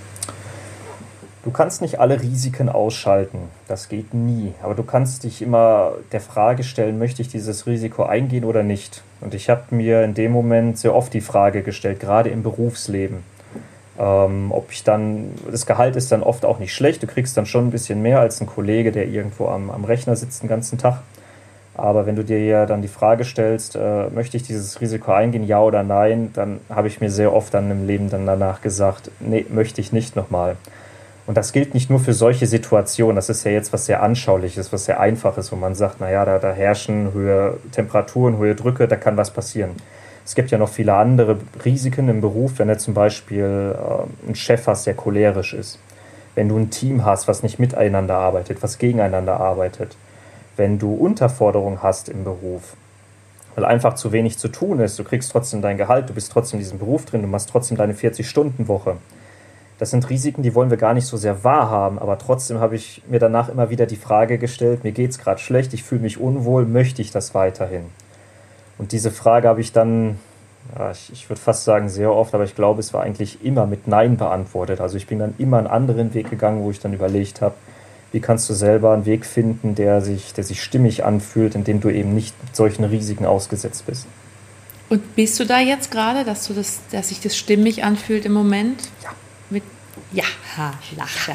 Du kannst nicht alle Risiken ausschalten, das geht nie. Aber du kannst dich immer der Frage stellen, möchte ich dieses Risiko eingehen oder nicht? Und ich habe mir in dem Moment sehr oft die Frage gestellt, gerade im Berufsleben, ähm, ob ich dann, das Gehalt ist dann oft auch nicht schlecht, du kriegst dann schon ein bisschen mehr als ein Kollege, der irgendwo am, am Rechner sitzt den ganzen Tag. Aber wenn du dir ja dann die Frage stellst, äh, möchte ich dieses Risiko eingehen, ja oder nein, dann habe ich mir sehr oft dann im Leben dann danach gesagt, nee, möchte ich nicht nochmal. Und das gilt nicht nur für solche Situationen, das ist ja jetzt was sehr Anschauliches, was sehr Einfaches, wo man sagt, naja, da, da herrschen hohe Temperaturen, hohe Drücke, da kann was passieren. Es gibt ja noch viele andere Risiken im Beruf, wenn du zum Beispiel äh, einen Chef hast, der cholerisch ist. Wenn du ein Team hast, was nicht miteinander arbeitet, was gegeneinander arbeitet. Wenn du Unterforderung hast im Beruf, weil einfach zu wenig zu tun ist, du kriegst trotzdem dein Gehalt, du bist trotzdem in diesem Beruf drin, du machst trotzdem deine vierzig-Stunden-Woche. Das sind Risiken, die wollen wir gar nicht so sehr wahrhaben, aber trotzdem habe ich mir danach immer wieder die Frage gestellt, mir geht es gerade schlecht, ich fühle mich unwohl, möchte ich das weiterhin? Und diese Frage habe ich dann, ja, ich, ich würde fast sagen sehr oft, aber ich glaube, es war eigentlich immer mit Nein beantwortet. Also ich bin dann immer einen anderen Weg gegangen, wo ich dann überlegt habe, wie kannst du selber einen Weg finden, der sich, der sich stimmig anfühlt, in dem du eben nicht solchen Risiken ausgesetzt bist. Und bist du da jetzt gerade, dass du das, dass sich das stimmig anfühlt im Moment? Ja. Mit ja, ha, Lacher,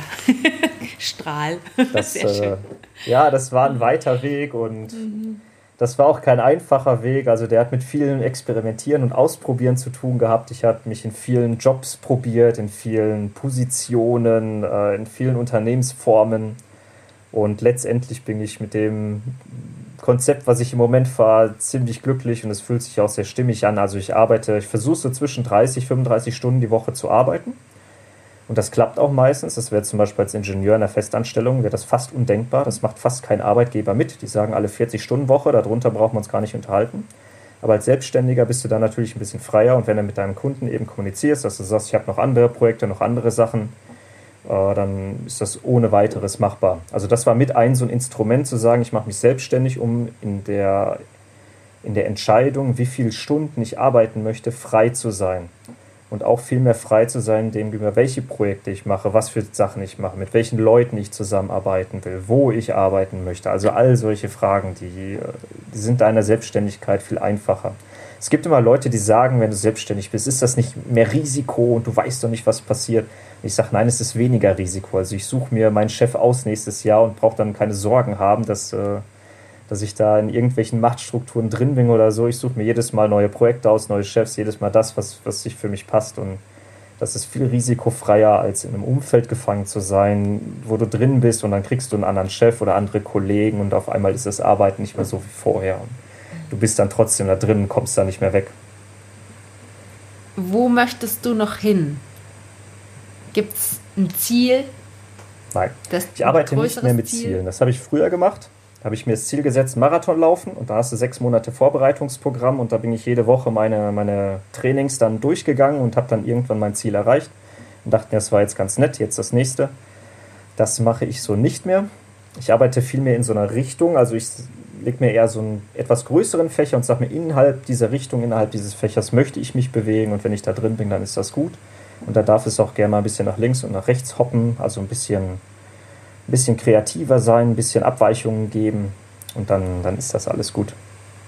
Strahl. Das, Sehr schön. Äh, ja, das war ein weiter Weg und mhm. das war auch kein einfacher Weg. Also der hat mit vielen Experimentieren und Ausprobieren zu tun gehabt. Ich habe mich in vielen Jobs probiert, in vielen Positionen, äh, in vielen Unternehmensformen. Und letztendlich bin ich mit dem Konzept, was ich im Moment fahre, ziemlich glücklich und es fühlt sich auch sehr stimmig an. Also ich arbeite, ich versuche so zwischen dreißig, fünfunddreißig Stunden die Woche zu arbeiten. Und das klappt auch meistens. Das wäre zum Beispiel als Ingenieur in der Festanstellung, wäre das fast undenkbar. Das macht fast kein Arbeitgeber mit. Die sagen alle vierzig-Stunden-Woche, darunter brauchen wir uns gar nicht unterhalten. Aber als Selbstständiger bist du dann natürlich ein bisschen freier. Und wenn du mit deinem Kunden eben kommunizierst, dass du sagst, ich habe noch andere Projekte, noch andere Sachen, äh, dann ist das ohne weiteres machbar. Also das war mit ein so ein Instrument zu sagen, ich mache mich selbstständig, um in der, in der Entscheidung, wie viele Stunden ich arbeiten möchte, frei zu sein. Und auch viel mehr frei zu sein, dem gegenüber, welche Projekte ich mache, was für Sachen ich mache, mit welchen Leuten ich zusammenarbeiten will, wo ich arbeiten möchte. Also all solche Fragen, die, die sind deiner Selbstständigkeit viel einfacher. Es gibt immer Leute, die sagen, wenn du selbstständig bist, ist das nicht mehr Risiko und du weißt doch nicht, was passiert. Und ich sage, nein, es ist weniger Risiko. Also ich suche mir meinen Chef aus nächstes Jahr und brauche dann keine Sorgen haben, dass... dass ich da in irgendwelchen Machtstrukturen drin bin oder so. Ich suche mir jedes Mal neue Projekte aus, neue Chefs, jedes Mal das, was, was sich für mich passt. Und Das ist viel risikofreier, als in einem Umfeld gefangen zu sein, wo du drin bist und dann kriegst du einen anderen Chef oder andere Kollegen und auf einmal ist das Arbeiten nicht mehr so wie vorher. Und du bist dann trotzdem da drin und kommst da nicht mehr weg. Wo möchtest du noch hin? Gibt es ein Ziel? Nein, ich arbeite nicht mehr mit Ziel. Zielen. Das habe ich früher gemacht. Da habe ich mir das Ziel gesetzt, Marathon laufen, und da hast du sechs Monate Vorbereitungsprogramm und da bin ich jede Woche meine, meine Trainings dann durchgegangen und habe dann irgendwann mein Ziel erreicht und dachte mir, das war jetzt ganz nett, jetzt das nächste. Das mache ich so nicht mehr. Ich arbeite viel mehr in so einer Richtung, also ich lege mir eher so einen etwas größeren Fächer und sage mir, innerhalb dieser Richtung, innerhalb dieses Fächers möchte ich mich bewegen und wenn ich da drin bin, dann ist das gut. Und da darf es auch gerne mal ein bisschen nach links und nach rechts hoppen, also ein bisschen, ein bisschen kreativer sein, ein bisschen Abweichungen geben und dann, dann ist das alles gut.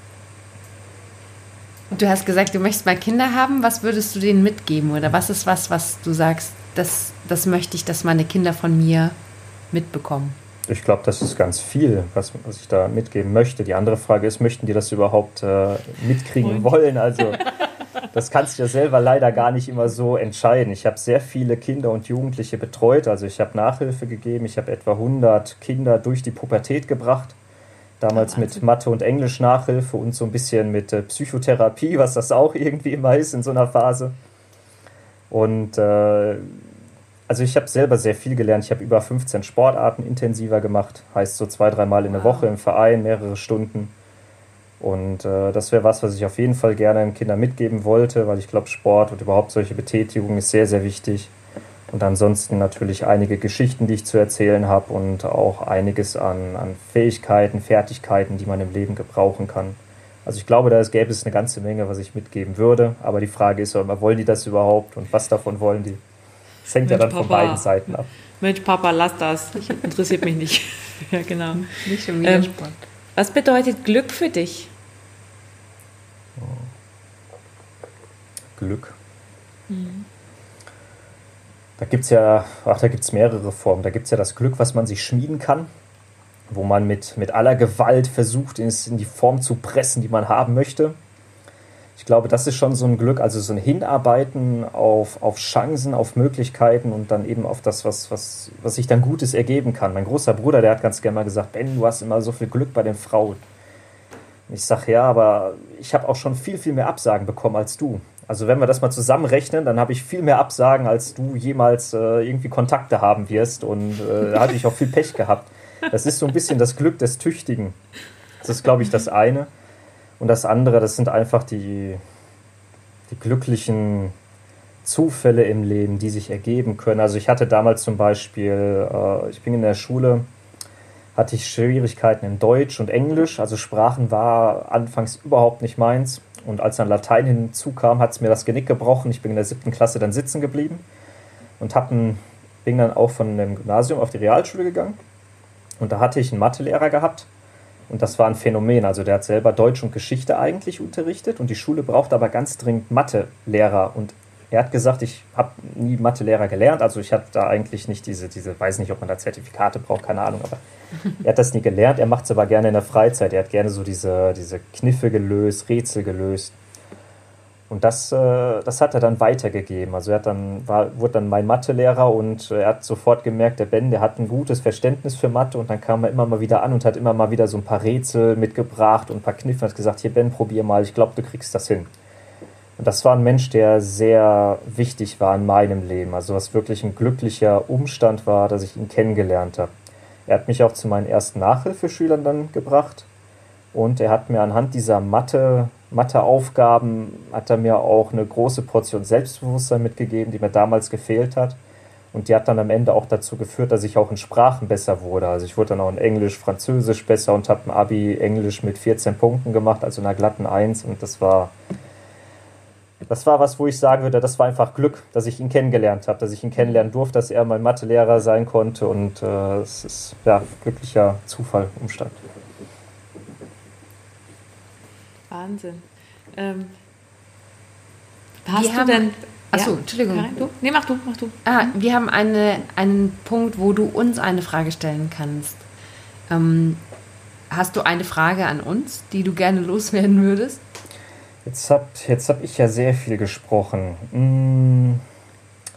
Du hast gesagt, du möchtest mal Kinder haben. Was würdest du denen mitgeben? Oder was ist was, was du sagst, das, das möchte ich, dass meine Kinder von mir mitbekommen? Ich glaube, das ist ganz viel, was, was ich da mitgeben möchte. Die andere Frage ist, möchten die das überhaupt äh, mitkriegen und? wollen? Also das kannst du ja selber leider gar nicht immer so entscheiden. Ich habe sehr viele Kinder und Jugendliche betreut. Also ich habe Nachhilfe gegeben. Ich habe etwa hundert Kinder durch die Pubertät gebracht. Damals ja, mit Mathe- und Englisch-Nachhilfe und so ein bisschen mit äh, Psychotherapie, was das auch irgendwie immer ist in so einer Phase. Und äh, also ich habe selber sehr viel gelernt. Ich habe über fünfzehn Sportarten intensiver gemacht. Heißt so zwei, dreimal in der Woche im Verein, mehrere Stunden. Und äh, das wäre was, was ich auf jeden Fall gerne den Kindern mitgeben wollte, weil ich glaube, Sport und überhaupt solche Betätigung ist sehr, sehr wichtig. Und ansonsten natürlich einige Geschichten, die ich zu erzählen habe und auch einiges an, an Fähigkeiten, Fertigkeiten, die man im Leben gebrauchen kann. Also ich glaube, da gäbe es eine ganze Menge, was ich mitgeben würde. Aber die Frage ist immer, wollen die das überhaupt und was davon wollen die? Das hängt Mensch, ja dann Papa. von beiden Seiten ab. Mensch, Papa, lass das. Interessiert mich nicht. Ja, genau. Nicht schon wieder ähm, Sport. Was bedeutet Glück für dich? Glück. Mhm. Da gibt es ja, ach, da gibt's mehrere Formen. Da gibt es ja das Glück, was man sich schmieden kann, wo man mit, mit aller Gewalt versucht, es in die Form zu pressen, die man haben möchte. Ich glaube, das ist schon so ein Glück, also so ein Hinarbeiten auf, auf Chancen, auf Möglichkeiten und dann eben auf das, was, was, was sich dann Gutes ergeben kann. Mein großer Bruder, der hat ganz gerne mal gesagt, Ben, du hast immer so viel Glück bei den Frauen. Und ich sage, ja, aber ich habe auch schon viel, viel mehr Absagen bekommen als du. Also wenn wir das mal zusammenrechnen, dann habe ich viel mehr Absagen, als du jemals äh, irgendwie Kontakte haben wirst. Und äh, da hatte ich auch viel Pech gehabt. Das ist so ein bisschen das Glück des Tüchtigen. Das ist, glaube ich, das eine. Und das andere, das sind einfach die, die glücklichen Zufälle im Leben, die sich ergeben können. Also ich hatte damals zum Beispiel, äh, ich bin in der Schule, hatte ich Schwierigkeiten in Deutsch und Englisch. Also Sprachen war anfangs überhaupt nicht meins. Und als dann Latein hinzukam, hat es mir das Genick gebrochen. Ich bin in der siebten Klasse dann sitzen geblieben und hab ein, bin dann auch von dem Gymnasium auf die Realschule gegangen. Und da hatte ich einen Mathelehrer gehabt. Und das war ein Phänomen. Also der hat selber Deutsch und Geschichte eigentlich unterrichtet. Und die Schule brauchte aber ganz dringend Mathelehrer. Und er hat gesagt, ich habe nie Mathelehrer gelernt. Also ich habe da eigentlich nicht diese, diese, weiß nicht, ob man da Zertifikate braucht, keine Ahnung. Aber er hat das nie gelernt. Er macht es aber gerne in der Freizeit. Er hat gerne so diese, diese Kniffe gelöst, Rätsel gelöst. Und das, äh, das hat er dann weitergegeben. Also er hat dann, war, wurde dann mein Mathelehrer und er hat sofort gemerkt, der Ben, der hat ein gutes Verständnis für Mathe. Und dann kam er immer mal wieder an und hat immer mal wieder so ein paar Rätsel mitgebracht und ein paar Kniffe und hat gesagt, hier Ben, probier mal, ich glaube, du kriegst das hin. Und das war ein Mensch, der sehr wichtig war in meinem Leben. Also was wirklich ein glücklicher Umstand war, dass ich ihn kennengelernt habe. Er hat mich auch zu meinen ersten Nachhilfeschülern dann gebracht. Und er hat mir anhand dieser Mathe, Matheaufgaben, hat er mir auch eine große Portion Selbstbewusstsein mitgegeben, die mir damals gefehlt hat. Und die hat dann am Ende auch dazu geführt, dass ich auch in Sprachen besser wurde. Also ich wurde dann auch in Englisch, Französisch besser und habe ein Abi Englisch mit vierzehn Punkten gemacht, also einer glatten Eins. Und das war... Das war was, wo ich sagen würde, das war einfach Glück, dass ich ihn kennengelernt habe, dass ich ihn kennenlernen durfte, dass er mein Mathelehrer sein konnte und äh, es ist ja glücklicher Zufall, Umstand. Wahnsinn. Ähm, hast wir du haben, denn... Achso, ja? Entschuldigung. Karin, du? Nee, mach du, mach du. Ah, wir haben eine, einen Punkt, wo du uns eine Frage stellen kannst. Ähm, hast du eine Frage an uns, die du gerne loswerden würdest? Jetzt habe jetzt hab ich ja sehr viel gesprochen.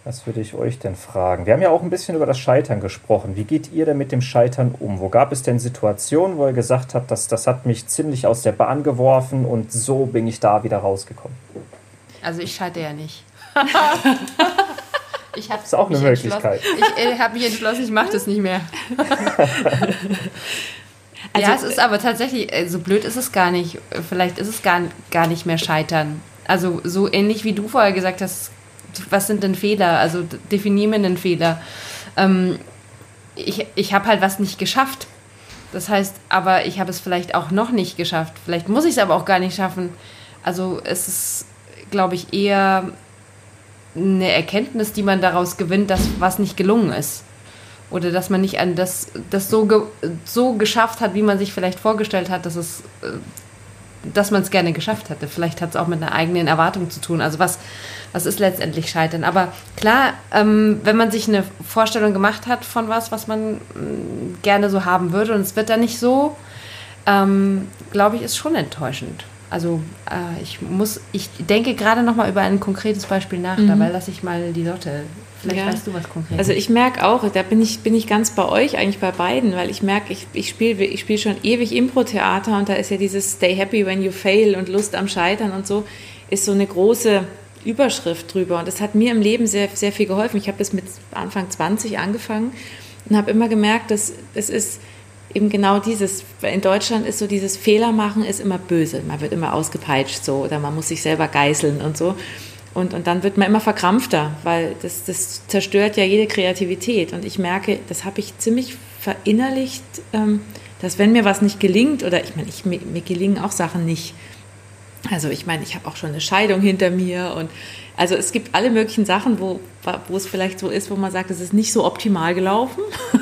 Was würde ich euch denn fragen? Wir haben ja auch ein bisschen über das Scheitern gesprochen. Wie geht ihr denn mit dem Scheitern um? Wo gab es denn Situationen, wo ihr gesagt habt, das, das hat mich ziemlich aus der Bahn geworfen und so bin ich da wieder rausgekommen? Also ich scheitere ja nicht. Ich das ist auch eine Möglichkeit. Ich äh, habe mich entschlossen, ich mache das nicht mehr. Also, ja, es ist aber tatsächlich, so blöd ist es gar nicht. Vielleicht ist es gar, gar nicht mehr Scheitern. Also so ähnlich wie du vorher gesagt hast, was sind denn Fehler? Also definier mir einen Fehler. Ähm, ich ich habe halt was nicht geschafft. Das heißt, aber ich habe es vielleicht auch noch nicht geschafft. Vielleicht muss ich es aber auch gar nicht schaffen. Also es ist, glaube ich, eher eine Erkenntnis, die man daraus gewinnt, dass was nicht gelungen ist. Oder dass man nicht an das, das so, ge, so geschafft hat, wie man sich vielleicht vorgestellt hat, dass es, dass man es gerne geschafft hätte. Vielleicht hat es auch mit einer eigenen Erwartung zu tun. Also was, was ist letztendlich Scheitern? Aber klar, ähm, wenn man sich eine Vorstellung gemacht hat von was, was man mh, gerne so haben würde und es wird dann nicht so, ähm, glaube ich, ist schon enttäuschend. Also äh, ich muss, ich denke gerade noch mal über ein konkretes Beispiel nach, mhm. dabei lasse ich mal die Lotte. Vielleicht ja. weißt du was Konkretes. Also ich merke auch, da bin ich, bin ich ganz bei euch, eigentlich bei beiden, weil ich merke, ich, ich spiele ich spiel schon ewig Impro-Theater und da ist ja dieses Stay happy when you fail und Lust am Scheitern und so, ist so eine große Überschrift drüber und das hat mir im Leben sehr, sehr viel geholfen. Ich habe das mit Anfang zwanzig angefangen und habe immer gemerkt, dass es ist eben genau dieses, in Deutschland ist so dieses Fehler machen ist immer böse, man wird immer ausgepeitscht so oder man muss sich selber geißeln und so. Und, und dann wird man immer verkrampfter, weil das, das zerstört ja jede Kreativität. Und ich merke, das habe ich ziemlich verinnerlicht, ähm, dass wenn mir was nicht gelingt, oder ich meine, ich, mir, mir gelingen auch Sachen nicht. Also ich meine, ich habe auch schon eine Scheidung hinter mir. Und also es gibt alle möglichen Sachen, wo, wo es vielleicht so ist, wo man sagt, es ist nicht so optimal gelaufen.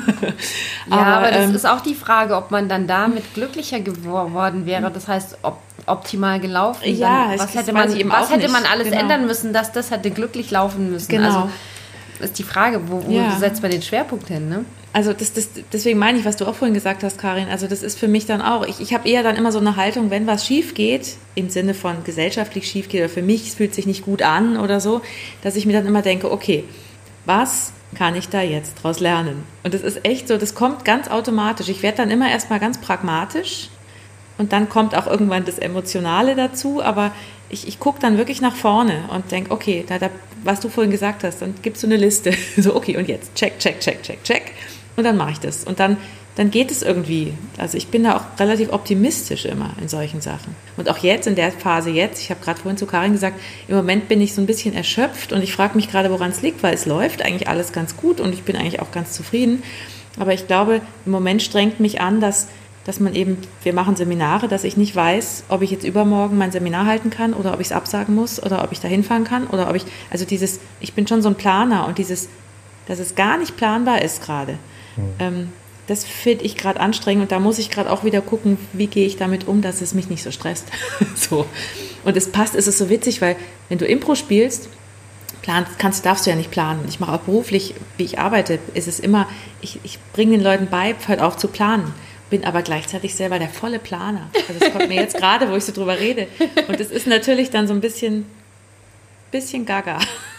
Ja, aber, aber das ähm, ist auch die Frage, ob man dann damit glücklicher geworden wäre. Das heißt, ob optimal gelaufen. Ja, dann, was hätte man, was hätte man alles genau. ändern müssen, dass das hätte glücklich laufen müssen? Genau. Also ist die Frage, wo, wo ja. setzt man den Schwerpunkt hin? Ne? Also das, das, deswegen meine ich, was du auch vorhin gesagt hast, Karin, also das ist für mich dann auch, ich, ich habe eher dann immer so eine Haltung, wenn was schief geht, im Sinne von gesellschaftlich schief geht oder für mich, es fühlt sich nicht gut an oder so, dass ich mir dann immer denke, okay, was kann ich da jetzt draus lernen? Und das ist echt so, das kommt ganz automatisch. Ich werde dann immer erstmal ganz pragmatisch und dann kommt auch irgendwann das Emotionale dazu, aber ich, ich gucke dann wirklich nach vorne und denke, okay, da, da, was du vorhin gesagt hast, dann gibst du eine Liste. So, okay, und jetzt check, check, check, check, check. Und dann mache ich das. Und dann, dann geht es irgendwie. Also ich bin da auch relativ optimistisch immer in solchen Sachen. Und auch jetzt, in der Phase jetzt, ich habe gerade vorhin zu Karin gesagt, im Moment bin ich so ein bisschen erschöpft und ich frage mich gerade, woran es liegt, weil es läuft eigentlich alles ganz gut und ich bin eigentlich auch ganz zufrieden. Aber ich glaube, im Moment strengt mich an, dass dass man eben, wir machen Seminare, dass ich nicht weiß, ob ich jetzt übermorgen mein Seminar halten kann oder ob ich es absagen muss oder ob ich da hinfahren kann oder ob ich, also dieses, ich bin schon so ein Planer und dieses, dass es gar nicht planbar ist gerade, mhm. ähm, das finde ich gerade anstrengend und da muss ich gerade auch wieder gucken, wie gehe ich damit um, dass es mich nicht so stresst. So. Und es passt, es ist so witzig, weil wenn du Impro spielst, Plan, kannst, darfst du ja nicht planen. Ich mache auch beruflich, wie ich arbeite, ist es immer, ich, ich bringe den Leuten bei, hört auf zu planen. Bin aber gleichzeitig selber der volle Planer. Also das kommt mir jetzt gerade, wo ich so drüber rede. Und es ist natürlich dann so ein bisschen, bisschen gaga.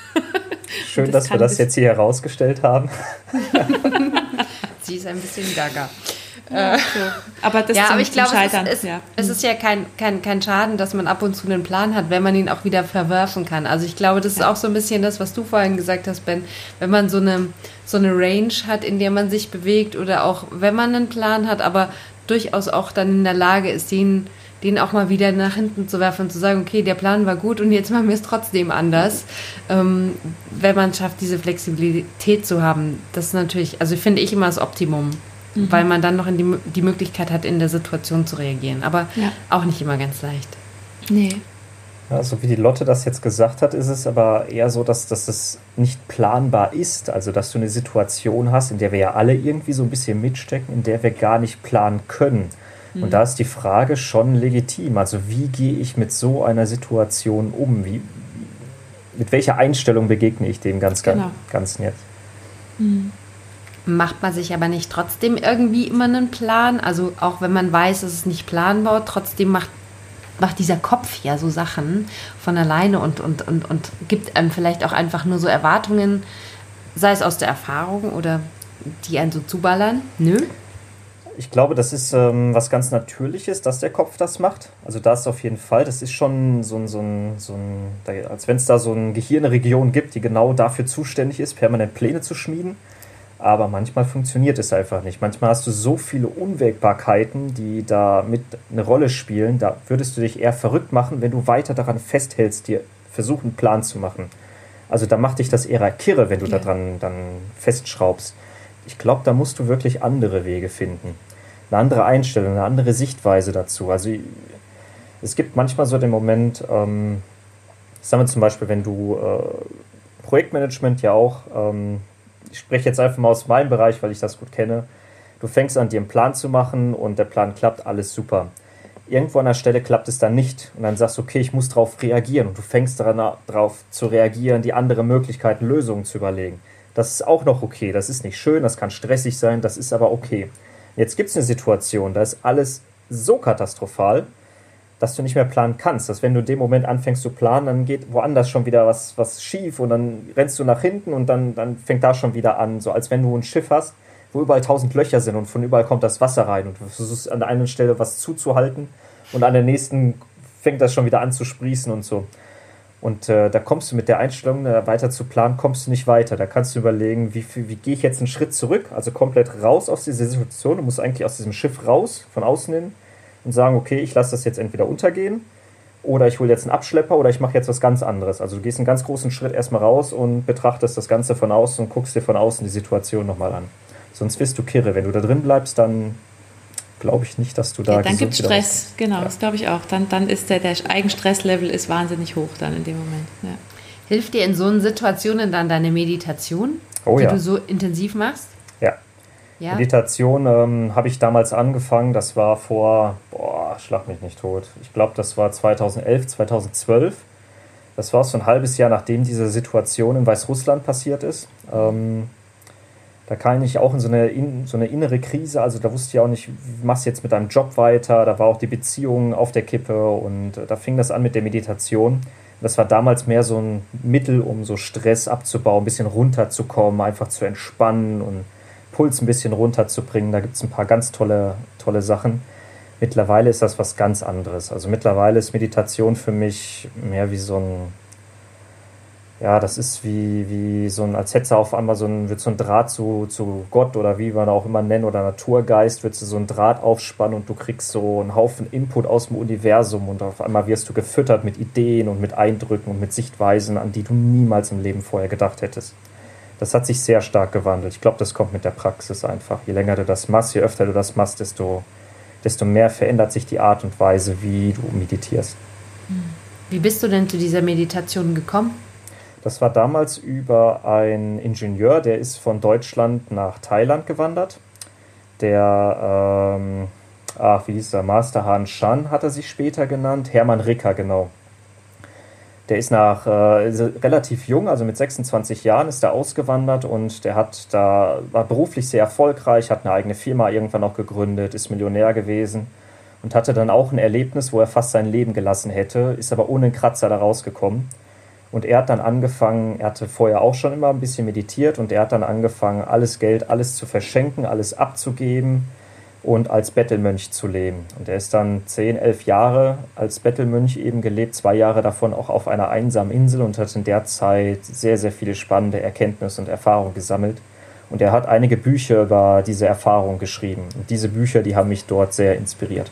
Schön, das dass wir das jetzt hier herausgestellt haben. Sie ist ein bisschen gaga. Ja, so. Aber das ja, zum, aber ich glaube, es, ist, es, ja. es ist ja kein, kein, kein Schaden, dass man ab und zu einen Plan hat, wenn man ihn auch wieder verwerfen kann. Also ich glaube, das ist ja. auch so ein bisschen das, was du vorhin gesagt hast, Ben. Wenn man so eine, so eine Range hat, in der man sich bewegt oder auch wenn man einen Plan hat, aber durchaus auch dann in der Lage ist, den, den auch mal wieder nach hinten zu werfen und zu sagen, okay, der Plan war gut und jetzt machen wir es trotzdem anders. Ähm, wenn man schafft, diese Flexibilität zu haben, das ist natürlich, also finde ich immer das Optimum. Mhm. Weil man dann noch in die, die Möglichkeit hat, in der Situation zu reagieren. Aber ja. auch nicht immer ganz leicht. Nee. Ja, so wie die Lotte das jetzt gesagt hat, ist es aber eher so, dass, dass es nicht planbar ist. Also, dass du eine Situation hast, in der wir ja alle irgendwie so ein bisschen mitstecken, in der wir gar nicht planen können. Mhm. Und da ist die Frage schon legitim. Also, wie gehe ich mit so einer Situation um? Wie, mit welcher Einstellung begegne ich dem ganz, genau. Ganzen jetzt? Mhm. Macht man sich aber nicht trotzdem irgendwie immer einen Plan? Also auch wenn man weiß, es ist nicht planbar, trotzdem macht, macht dieser Kopf ja so Sachen von alleine und, und, und, und gibt einem vielleicht auch einfach nur so Erwartungen, sei es aus der Erfahrung oder die einen so zuballern. Nö. Ich glaube, das ist ähm, was ganz Natürliches, dass der Kopf das macht. Also das auf jeden Fall. Das ist schon so ein, so ein, so ein als wenn es da so eine Gehirnregion gibt, die genau dafür zuständig ist, permanent Pläne zu schmieden. Aber manchmal funktioniert es einfach nicht. Manchmal hast du so viele Unwägbarkeiten, die da mit eine Rolle spielen. Da würdest du dich eher verrückt machen, wenn du weiter daran festhältst, dir versuchen, einen Plan zu machen. Also da macht dich das eher kirre, wenn du ja. daran dann festschraubst. Ich glaube, da musst du wirklich andere Wege finden. Eine andere Einstellung, eine andere Sichtweise dazu. Also es gibt manchmal so den Moment, ähm, sagen wir zum Beispiel, wenn du äh, Projektmanagement ja auch, ähm, ich spreche jetzt einfach mal aus meinem Bereich, weil ich das gut kenne, du fängst an, dir einen Plan zu machen und der Plan klappt, alles super. Irgendwo an der Stelle klappt es dann nicht und dann sagst du, okay, ich muss darauf reagieren und du fängst daran, darauf zu reagieren, die andere Möglichkeiten, Lösungen zu überlegen. Das ist auch noch okay, das ist nicht schön, das kann stressig sein, das ist aber okay. Jetzt gibt es eine Situation, da ist alles so katastrophal, dass du nicht mehr planen kannst. Dass wenn du in dem Moment anfängst zu planen, dann geht woanders schon wieder was, was schief und dann rennst du nach hinten und dann, dann fängt da schon wieder an. So als wenn du ein Schiff hast, wo überall tausend Löcher sind und von überall kommt das Wasser rein und du versuchst an der einen Stelle was zuzuhalten und an der nächsten fängt das schon wieder an zu sprießen und so. Und äh, da kommst du mit der Einstellung, äh, weiter zu planen, kommst du nicht weiter. Da kannst du überlegen, wie, wie, wie gehe ich jetzt einen Schritt zurück, also komplett raus aus dieser Situation. Du musst eigentlich aus diesem Schiff raus, von außen hin, und sagen, okay, ich lasse das jetzt entweder untergehen oder ich hole jetzt einen Abschlepper oder ich mache jetzt was ganz anderes. Also du gehst einen ganz großen Schritt erstmal raus und betrachtest das Ganze von außen und guckst dir von außen die Situation nochmal an. Sonst wirst du kirre. Wenn du da drin bleibst, dann glaube ich nicht, dass du da... Ja, dann gibt es Stress, genau, ja. Das glaube ich auch. Dann, dann ist der, der Eigenstresslevel ist wahnsinnig hoch dann in dem Moment. Ja. Hilft dir in so Situationen dann deine Meditation, oh, die ja. du so intensiv machst? Ja. ja? Meditation ähm, habe ich damals angefangen, das war vor, boah, schlag mich nicht tot. Ich glaube, das war zweitausendelf, zweitausendzwölf. Das war so ein halbes Jahr, nachdem diese Situation in Weißrussland passiert ist. Ähm, Da kam ich auch in so eine, in so eine innere Krise, also da wusste ich auch nicht, wie machst du jetzt mit deinem Job weiter, da war auch die Beziehung auf der Kippe und da fing das an mit der Meditation. Das war damals mehr so ein Mittel, um so Stress abzubauen, ein bisschen runterzukommen, einfach zu entspannen und Puls ein bisschen runterzubringen. Da gibt es ein paar ganz tolle, tolle Sachen. Mittlerweile ist das was ganz anderes. Also mittlerweile ist Meditation für mich mehr wie so ein Ja, das ist wie, wie so ein, als hättest du auf einmal so ein, wird so ein Draht zu, zu Gott oder wie man auch immer nennen oder Naturgeist, würdest du so einen Draht aufspannen und du kriegst so einen Haufen Input aus dem Universum und auf einmal wirst du gefüttert mit Ideen und mit Eindrücken und mit Sichtweisen, an die du niemals im Leben vorher gedacht hättest. Das hat sich sehr stark gewandelt. Ich glaube, das kommt mit der Praxis einfach. Je länger du das machst, je öfter du das machst, desto, desto mehr verändert sich die Art und Weise, wie du meditierst. Wie bist du denn zu dieser Meditation gekommen? Das war damals über einen Ingenieur, der ist von Deutschland nach Thailand gewandert. Der, ähm, ach, wie hieß er, Master Han Shan hat er sich später genannt, Hermann Ricker, genau. Der ist nach, äh, ist relativ jung, also mit sechsundzwanzig Jahren ist er ausgewandert und der hat da, war beruflich sehr erfolgreich, hat eine eigene Firma irgendwann auch gegründet, ist Millionär gewesen und hatte dann auch ein Erlebnis, wo er fast sein Leben gelassen hätte, ist aber ohne einen Kratzer da rausgekommen. Und er hat dann angefangen, er hatte vorher auch schon immer ein bisschen meditiert und er hat dann angefangen, alles Geld, alles zu verschenken, alles abzugeben und als Bettelmönch zu leben. Und er ist dann zehn, elf Jahre als Bettelmönch eben gelebt, zwei Jahre davon auch auf einer einsamen Insel und hat in der Zeit sehr, sehr viele spannende Erkenntnisse und Erfahrungen gesammelt. Und er hat einige Bücher über diese Erfahrung geschrieben. Und diese Bücher, die haben mich dort sehr inspiriert.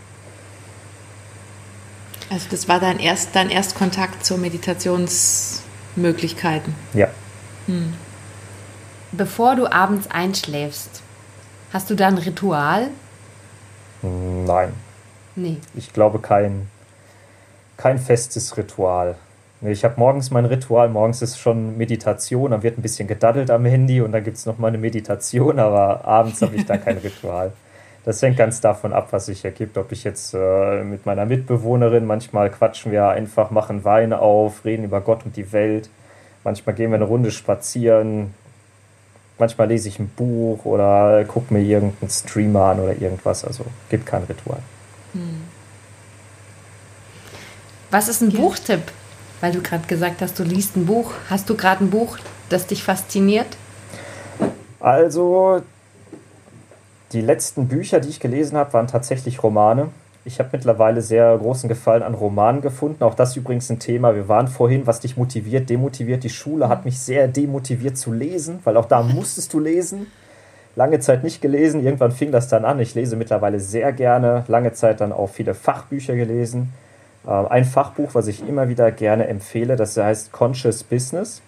Also das war dein, erst, dein Erstkontakt zu Meditationsmöglichkeiten? Ja. Hm. Bevor du abends einschläfst, hast du da ein Ritual? Nein. Nee. Ich glaube kein, kein festes Ritual. Ich habe morgens mein Ritual, morgens ist schon Meditation, dann wird ein bisschen gedaddelt am Handy und dann gibt es nochmal eine Meditation, aber abends habe ich da kein Ritual. Das hängt ganz davon ab, was sich ergibt, ob ich jetzt äh, mit meiner Mitbewohnerin, manchmal quatschen wir einfach, machen Wein auf, reden über Gott und die Welt, manchmal gehen wir eine Runde spazieren, manchmal lese ich ein Buch oder gucke mir irgendeinen Streamer an oder irgendwas, also gibt kein Ritual. Hm. Was ist ein ja. Buchtipp? Weil du gerade gesagt hast, du liest ein Buch. Hast du gerade ein Buch, das dich fasziniert? Also, die letzten Bücher, die ich gelesen habe, waren tatsächlich Romane. Ich habe mittlerweile sehr großen Gefallen an Romanen gefunden. Auch das übrigens ein Thema. Wir waren vorhin, was dich motiviert, demotiviert. Die Schule hat mich sehr demotiviert zu lesen, weil auch da musstest du lesen. Lange Zeit nicht gelesen. Irgendwann fing das dann an. Ich lese mittlerweile sehr gerne. Lange Zeit dann auch viele Fachbücher gelesen. Ein Fachbuch, was ich immer wieder gerne empfehle, das heißt Conscious Business.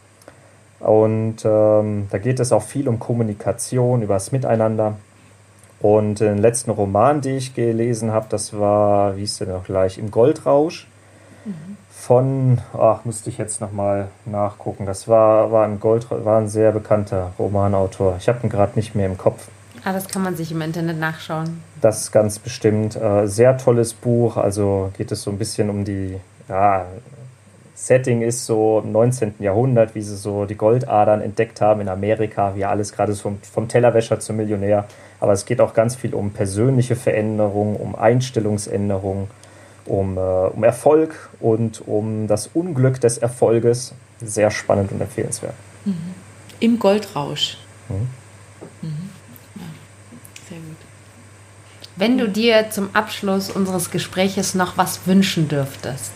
Und ähm, da geht es auch viel um Kommunikation, über das Miteinander. Und den letzten Roman, den ich gelesen habe, das war, wie hieß der noch gleich, Im Goldrausch. Mhm. Von, ach, musste ich jetzt nochmal nachgucken. Das war, war, ein Gold, war ein sehr bekannter Romanautor. Ich habe ihn gerade nicht mehr im Kopf. Ah, das kann man sich im Internet nachschauen. Das ist ganz bestimmt. Äh, sehr tolles Buch. Also geht es so ein bisschen um die, ja, Setting ist so im neunzehnten Jahrhundert, wie sie so die Goldadern entdeckt haben in Amerika, wie alles gerade so vom, vom Tellerwäscher zum Millionär. Aber es geht auch ganz viel um persönliche Veränderungen, um Einstellungsänderungen, um, äh, um Erfolg und um das Unglück des Erfolges. Sehr spannend und empfehlenswert. Mhm. Im Goldrausch. Mhm. Mhm. Ja, sehr gut. Wenn du dir zum Abschluss unseres Gespräches noch was wünschen dürftest,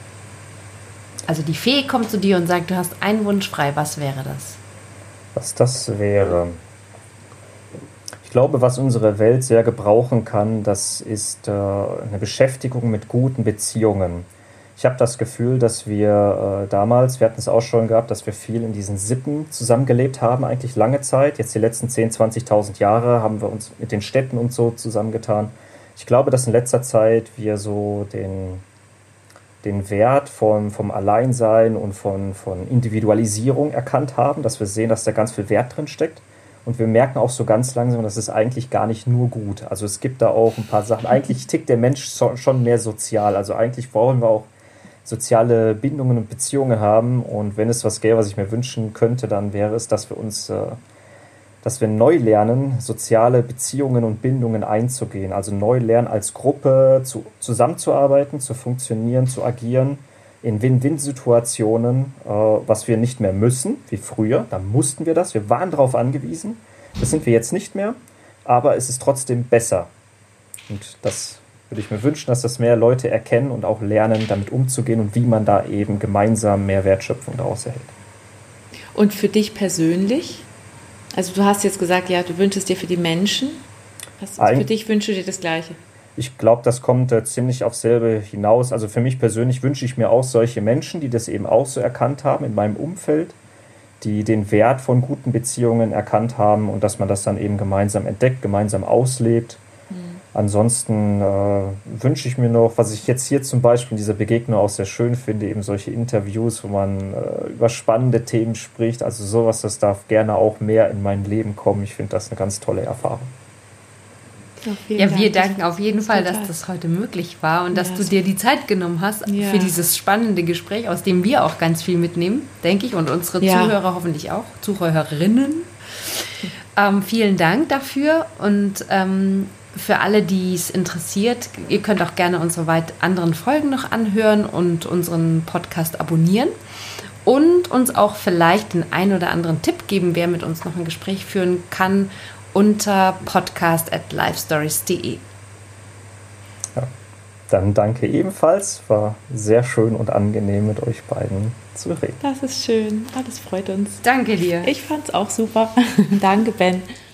also die Fee kommt zu dir und sagt, du hast einen Wunsch frei, was wäre das? Was das wäre? Ich glaube, was unsere Welt sehr gebrauchen kann, das ist äh, eine Beschäftigung mit guten Beziehungen. Ich habe das Gefühl, dass wir äh, damals, wir hatten es auch schon gehabt, dass wir viel in diesen Sippen zusammengelebt haben, eigentlich lange Zeit. Jetzt die letzten zehntausend, zwanzigtausend Jahre haben wir uns mit den Städten und so zusammengetan. Ich glaube, dass in letzter Zeit wir so den... den Wert vom, vom Alleinsein und von, von Individualisierung erkannt haben, dass wir sehen, dass da ganz viel Wert drin steckt. Und wir merken auch so ganz langsam, das ist eigentlich gar nicht nur gut. Also es gibt da auch ein paar Sachen. Eigentlich tickt der Mensch so, schon mehr sozial. Also eigentlich wollen wir auch soziale Bindungen und Beziehungen haben. Und wenn es was gäbe, was ich mir wünschen könnte, dann wäre es, dass wir uns... Äh, dass wir neu lernen, soziale Beziehungen und Bindungen einzugehen. Also neu lernen, als Gruppe zu, zusammenzuarbeiten, zu funktionieren, zu agieren in Win-Win-Situationen, äh, was wir nicht mehr müssen, wie früher. Da mussten wir das, wir waren darauf angewiesen. Das sind wir jetzt nicht mehr, aber es ist trotzdem besser. Und das würde ich mir wünschen, dass das mehr Leute erkennen und auch lernen, damit umzugehen und wie man da eben gemeinsam mehr Wertschöpfung daraus erhält. Und für dich persönlich? Also du hast jetzt gesagt, ja, du wünschst dir für die Menschen. Was Eig- für dich wünschst du dir das Gleiche? Ich glaube, das kommt äh, ziemlich aufs selbe hinaus. Also für mich persönlich wünsche ich mir auch solche Menschen, die das eben auch so erkannt haben in meinem Umfeld, die den Wert von guten Beziehungen erkannt haben und dass man das dann eben gemeinsam entdeckt, gemeinsam auslebt. Mhm. Ansonsten äh, wünsche ich mir noch, was ich jetzt hier zum Beispiel in dieser Begegnung auch sehr schön finde, eben solche Interviews, wo man äh, über spannende Themen spricht. Also sowas, das darf gerne auch mehr in mein Leben kommen. Ich finde das eine ganz tolle Erfahrung. Ja, ja, wir danken auf jeden Fall, total. Dass das heute möglich war und dass ja, du dir die Zeit genommen hast ja. für dieses spannende Gespräch, aus dem wir auch ganz viel mitnehmen, denke ich, und unsere ja. Zuhörer hoffentlich auch, Zuhörerinnen. Ähm, vielen Dank dafür und ähm, für alle, die es interessiert, ihr könnt auch gerne unsere weit anderen Folgen noch anhören und unseren Podcast abonnieren und uns auch vielleicht den einen oder anderen Tipp geben, wer mit uns noch ein Gespräch führen kann, unter podcast at livestories punkt de. Ja, dann danke ebenfalls. War sehr schön und angenehm, mit euch beiden zu reden. Das ist schön. Ah, das freut uns. Danke dir. Ich fand's auch super. Danke, Ben.